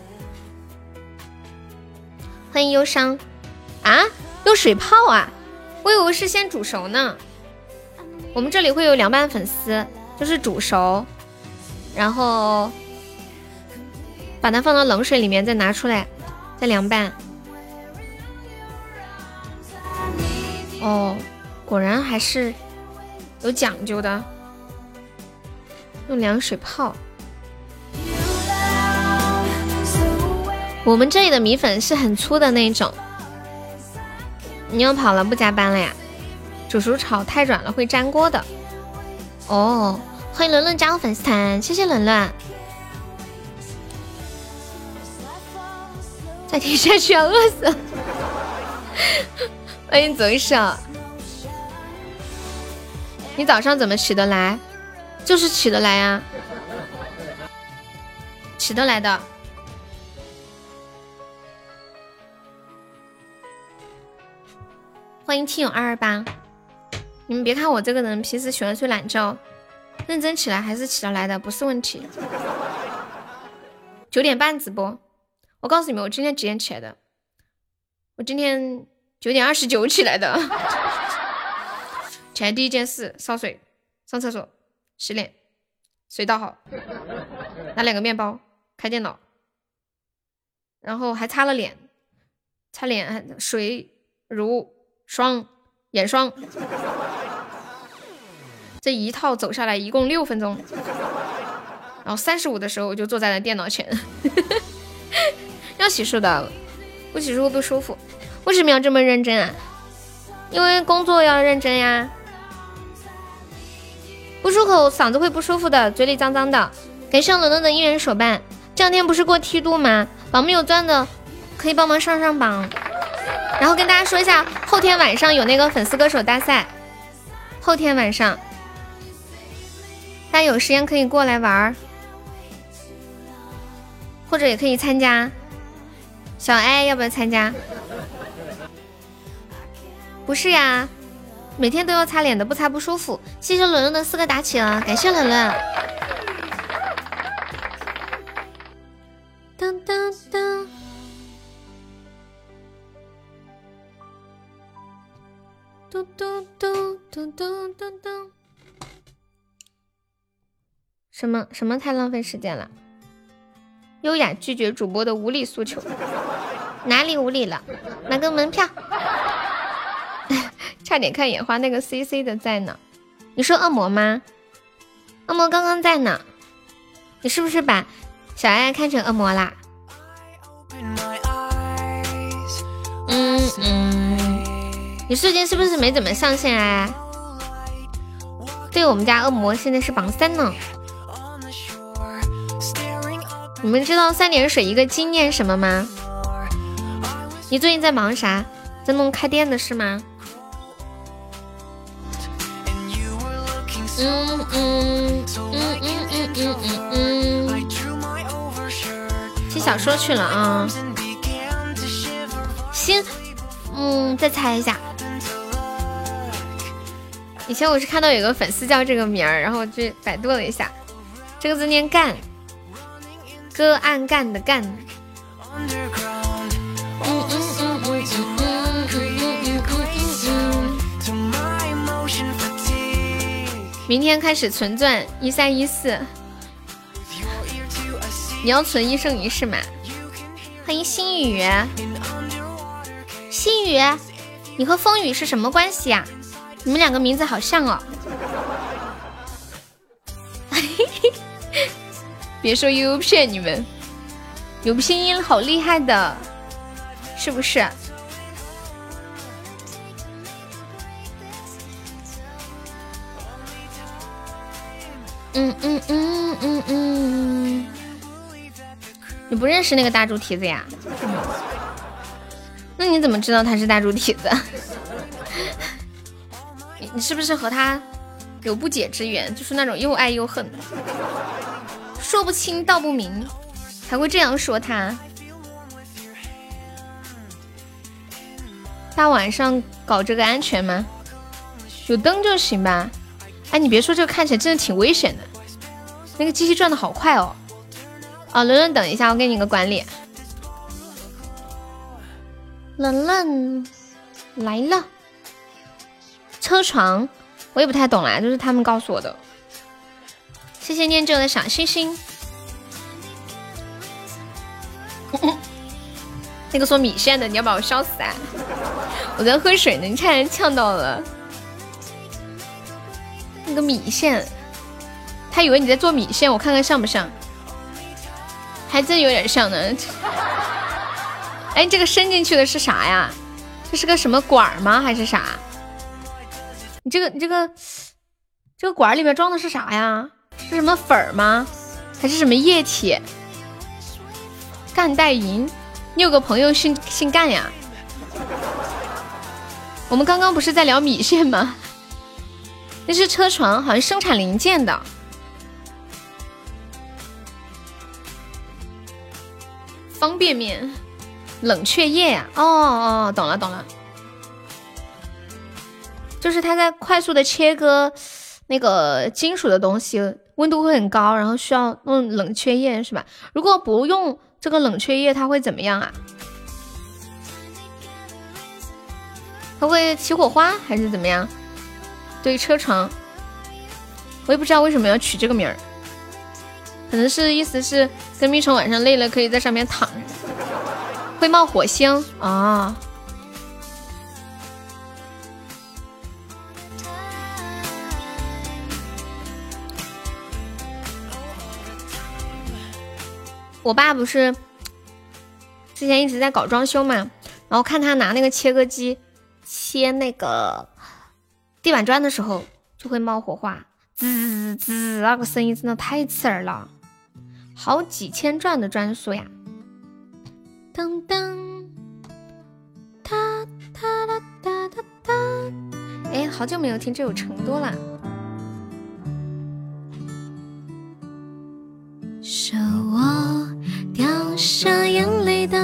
欢迎忧伤啊，有水泡啊，我以为是先煮熟呢。我们这里会有凉拌粉丝，就是煮熟，然后把它放到冷水里面，再拿出来，再凉拌。哦，果然还是有讲究的，用凉水泡。我们这里的米粉是很粗的那种。你又跑了，不加班了呀？煮熟炒太软了会粘锅的。哦，欢迎伦伦加入粉丝团，谢谢伦伦。再听下去要饿死了。欢迎左手。你早上怎么起得来？就是起得来啊，起得来的。 欢迎听友228。你们别看我这个人平时喜欢睡懒觉，认真起来还是起得来的，不是问题。9点半直播，我告诉你们，我今天几点起来的？我今天9点29起来的。起来第一件事烧水，上厕所，洗脸，水倒好，拿2个面包，开电脑，然后还擦了脸，擦脸水乳霜眼霜，这一套走下来一共6分钟，然后35的时候我就坐在了电脑前。要洗漱的，不洗漱不舒服。为什么要这么认真啊？因为工作要认真呀。不漱口嗓子会不舒服的，嘴里脏脏的。感谢伦伦的1元手办，这2天不是过梯度吗？榜没有钻的可以帮忙上上榜。然后跟大家说一下，后天晚上有那个粉丝歌手大赛，后天晚上大家有时间可以过来玩，或者也可以参加。小爱要不要参加？不是呀，每天都要擦脸的，不擦不舒服。谢谢伦伦的4个打起了，感谢伦伦。当当当，嘟嘟嘟嘟嘟嘟嘟。什么太浪费时间了？优雅拒绝主播的无理诉求，哪里无理了？买个门票。差点看眼花，那个 CC 的在呢。你说恶魔吗？恶魔刚刚在呢。你是不是把小爱爱看成恶魔啦？你最近是不是没怎么上线啊？对，我们家恶魔现在是榜3呢。你们知道3点水1个金念什么吗？你最近在忙啥？在弄开店的事吗？听小说去了啊。行，再猜一下。以前我是看到有个粉丝叫这个名儿，然后我去百度了一下，这个字念干，割按干的干。明天开始存钻1314，你要存1生1世吗？欢迎心雨，心雨，你和风雨是什么关系呀？你们2个名字好像哦。别说悠悠骗你们，有拼音好厉害的，是不是？你不认识那个大猪蹄子呀？那你怎么知道他是大猪蹄子？你是不是和他有不解之缘？就是那种又爱又恨，说不清道不明，还会这样说他？大晚上搞这个安全吗？有灯就行吧。哎，你别说，这个看起来真的挺危险的。那个机器转的好快哦。啊，伦伦，等一下，我给你个管理。伦伦来了。车床我也不太懂啦，就是他们告诉我的。谢谢念旧的小星星。那个说米线的，你要把我笑死啊！我在喝水呢，你差点呛到了。那个米线，他以为你在做米线，我看看像不像？还真有点像呢。哎，这个伸进去的是啥呀？这是个什么管吗？还是啥？你这个管里面装的是啥呀？是什么粉吗？还是什么液体？干带银，你有个朋友姓干呀？我们刚刚不是在聊米线吗？那是车床，好像生产零件的。方便面，冷却液呀、哦，懂了。 就是它在快速的切割那个金属的东西，温度会很高，然后需要用冷却液是吧？如果不用这个冷却液，它会怎么样啊？它会起火花还是怎么样？对，车床，我也不知道为什么要取这个名儿，可能是意思是跟蜜虫晚上累了可以在上面躺着，会冒火星啊。我爸不是之前一直在搞装修嘛，然后看他拿那个切割机切那个地板砖的时候就会冒火花，滋滋，那个声音真的太刺耳了，好几千转的转速呀！当当，哒哒哒哒哒哒。哎，好久没有听这首《成都》了。是我掉下眼泪的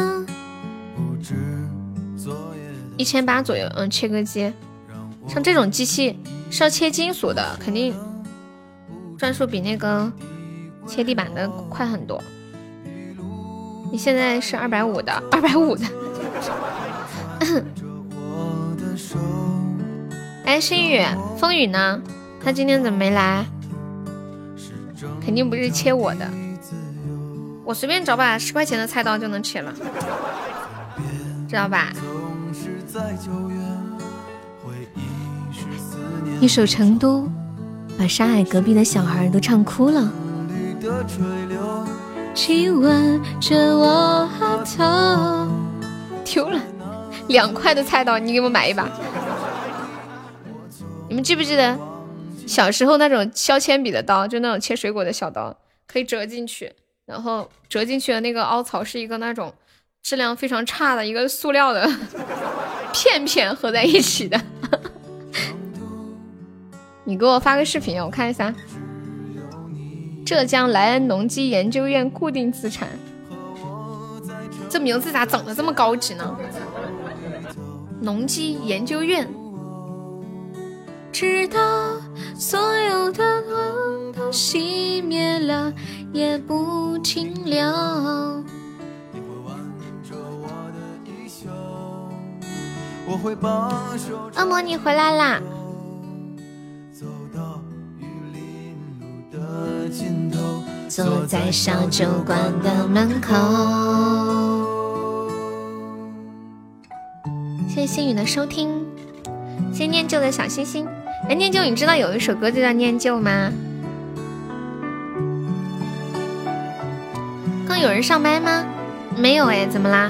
1800左右，切割机，像这种机器是要切金属的，肯定转速比那个切地板的快很多。你现在是250的，250的。哎，心雨，风雨呢？他今天怎么没来？肯定不是切我的。我随便找把10块钱的菜刀就能切了，知道吧？一首《成都》把山海隔壁的小孩都唱哭了。亲吻着我头，丢了2块的菜刀，你给我买一把。你们记不记得小时候那种削铅笔的刀，就那种切水果的小刀，可以折进去，然后折进去的那个凹槽是一个那种质量非常差的一个塑料的片片合在一起的。你给我发个视频我看一下。浙江莱恩农机研究院固定资产，这名字咋整的这么高级呢？农机研究院，直到所有的灯都熄灭了，也不停留。恶魔，你回来啦！坐在小酒馆的门口。谢谢星宇的收听，谢谢念旧的小星星。哎，念旧，你知道有一首歌就叫念旧吗？刚有人上麦吗？没有哎，怎么啦？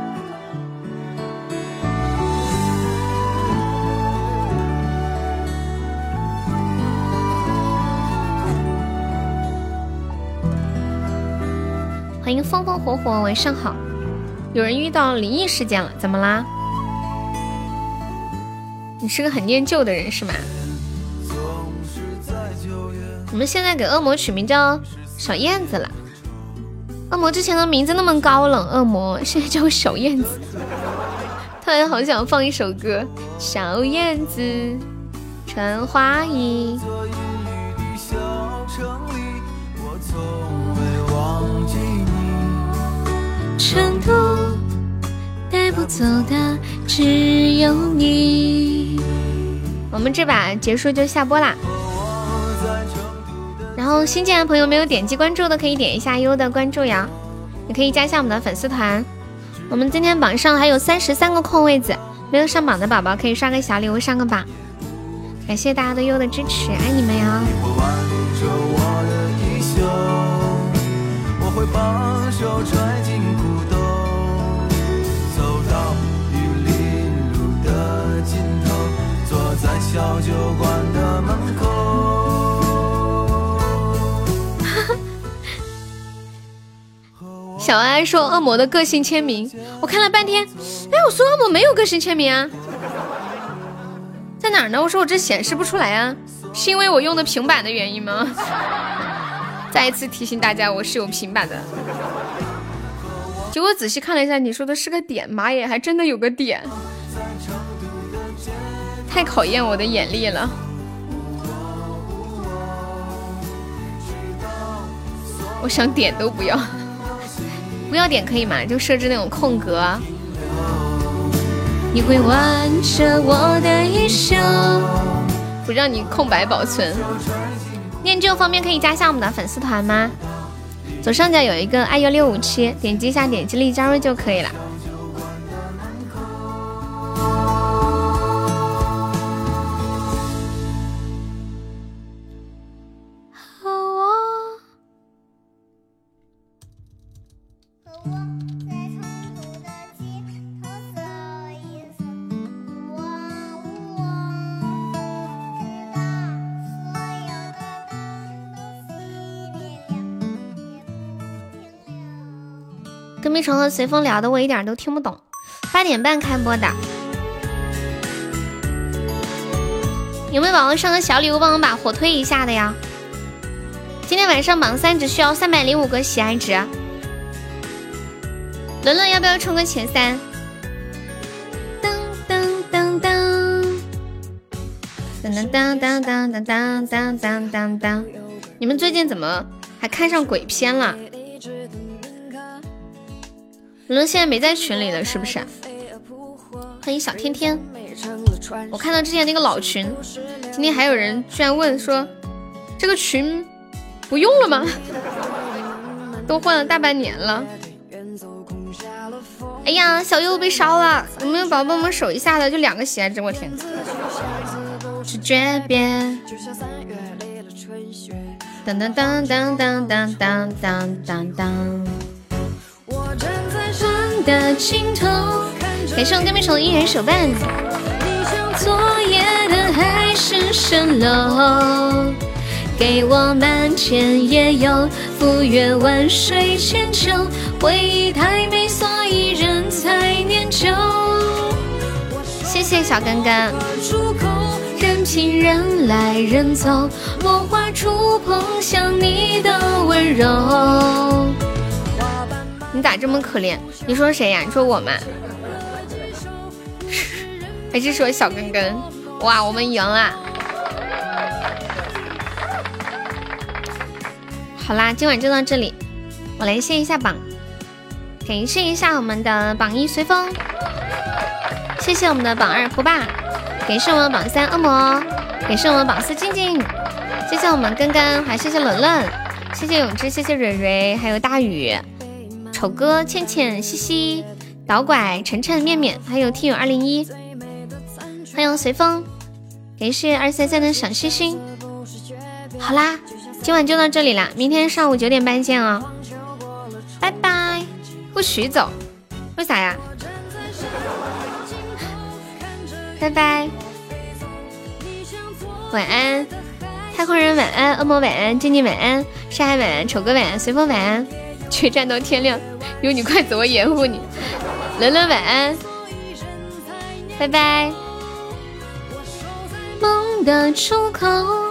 欢迎风风火火，晚上好。有人遇到灵异事件了，怎么啦？你是个很念旧的人是吗？我们现在给恶魔取名叫小燕子了。恶魔之前的名字那么高冷，恶魔现在叫小燕子。突然好想放一首歌，小燕子穿花衣。成都带不走的只有你。我们这把结束就下播啦。然后新进来的朋友没有点击关注的可以点一下优的关注呀，也可以加一下我们的粉丝团。我们今天榜上还有33个空位子，没有上榜的宝宝可以刷个小礼物上个榜。感谢大家对优的支持，爱你们呀！我会把手揣进裤兜，走到玉林路的尽头，坐在小酒馆的门口。小安说恶魔的个性签名，我看了半天，哎，我说恶魔没有个性签名啊，在哪儿呢？我说我这显示不出来啊，是因为我用的平板的原因吗？再一次提醒大家，我是有平板的。结果仔细看了一下，你说的是个点，妈耶，还真的有个点。 太考验我的眼力了。我想点都不要，不要点可以吗？就设置那种空格。你会挽着我的衣袖，不让你空白保存。念旧方面可以加下我们的粉丝团吗？左上角有一个IU657，点击一下，点击立加入就可以了。跟蜜虫和随风聊的我一点都听不懂。8点半开播的，有没有宝宝上个小礼物帮我把火推一下的呀？今天晚上榜3只需要305个喜爱值。伦伦要不要冲个前3？当当当当当当当当当当当当当当！你们最近怎么还看上鬼片了？伦伦现在没在群里了，是不是？欢迎小天天。我看到之前那个老群，今天还有人居然问说，这个群不用了吗？都换了大半年了。哎呀，小优被烧了，有没有宝宝帮我们守一下的？就2个喜爱值，我天！是诀别。当当当当当当当当当当。的尽头，感谢我跟蜜虫的一人手办。昨夜的海市蜃楼，给我满天也有，浮月万水千秋，回忆太美，所以人才念旧。谢谢小根根。任凭人来人走，落花触碰像你的温柔。你咋这么可怜？你说谁呀？你说我吗？还是说小根根？哇，我们赢了！好啦，今晚就到这里，我来卸一下榜，感谢一下我们的榜1随风，谢谢我们的榜2胡爸，感谢我们榜3恶魔，感谢我们榜4静静，谢谢我们根根，还谢谢冷冷，谢谢永志，谢谢蕊蕊，还有大雨。丑哥、倩倩、西西、导拐、晨晨、面面，还有 T 友201，欢迎随风，感谢233的小星星。好啦，今晚就到这里啦，明天上午9点半见哦，拜拜。不许走，为啥呀？拜拜，晚安，太空人晚安，恶魔晚安，静静晚安，沙海晚安，丑哥晚安，随风晚安。去战斗天亮，有你快走，我掩护你。冷冷晚安，拜拜。梦的出口。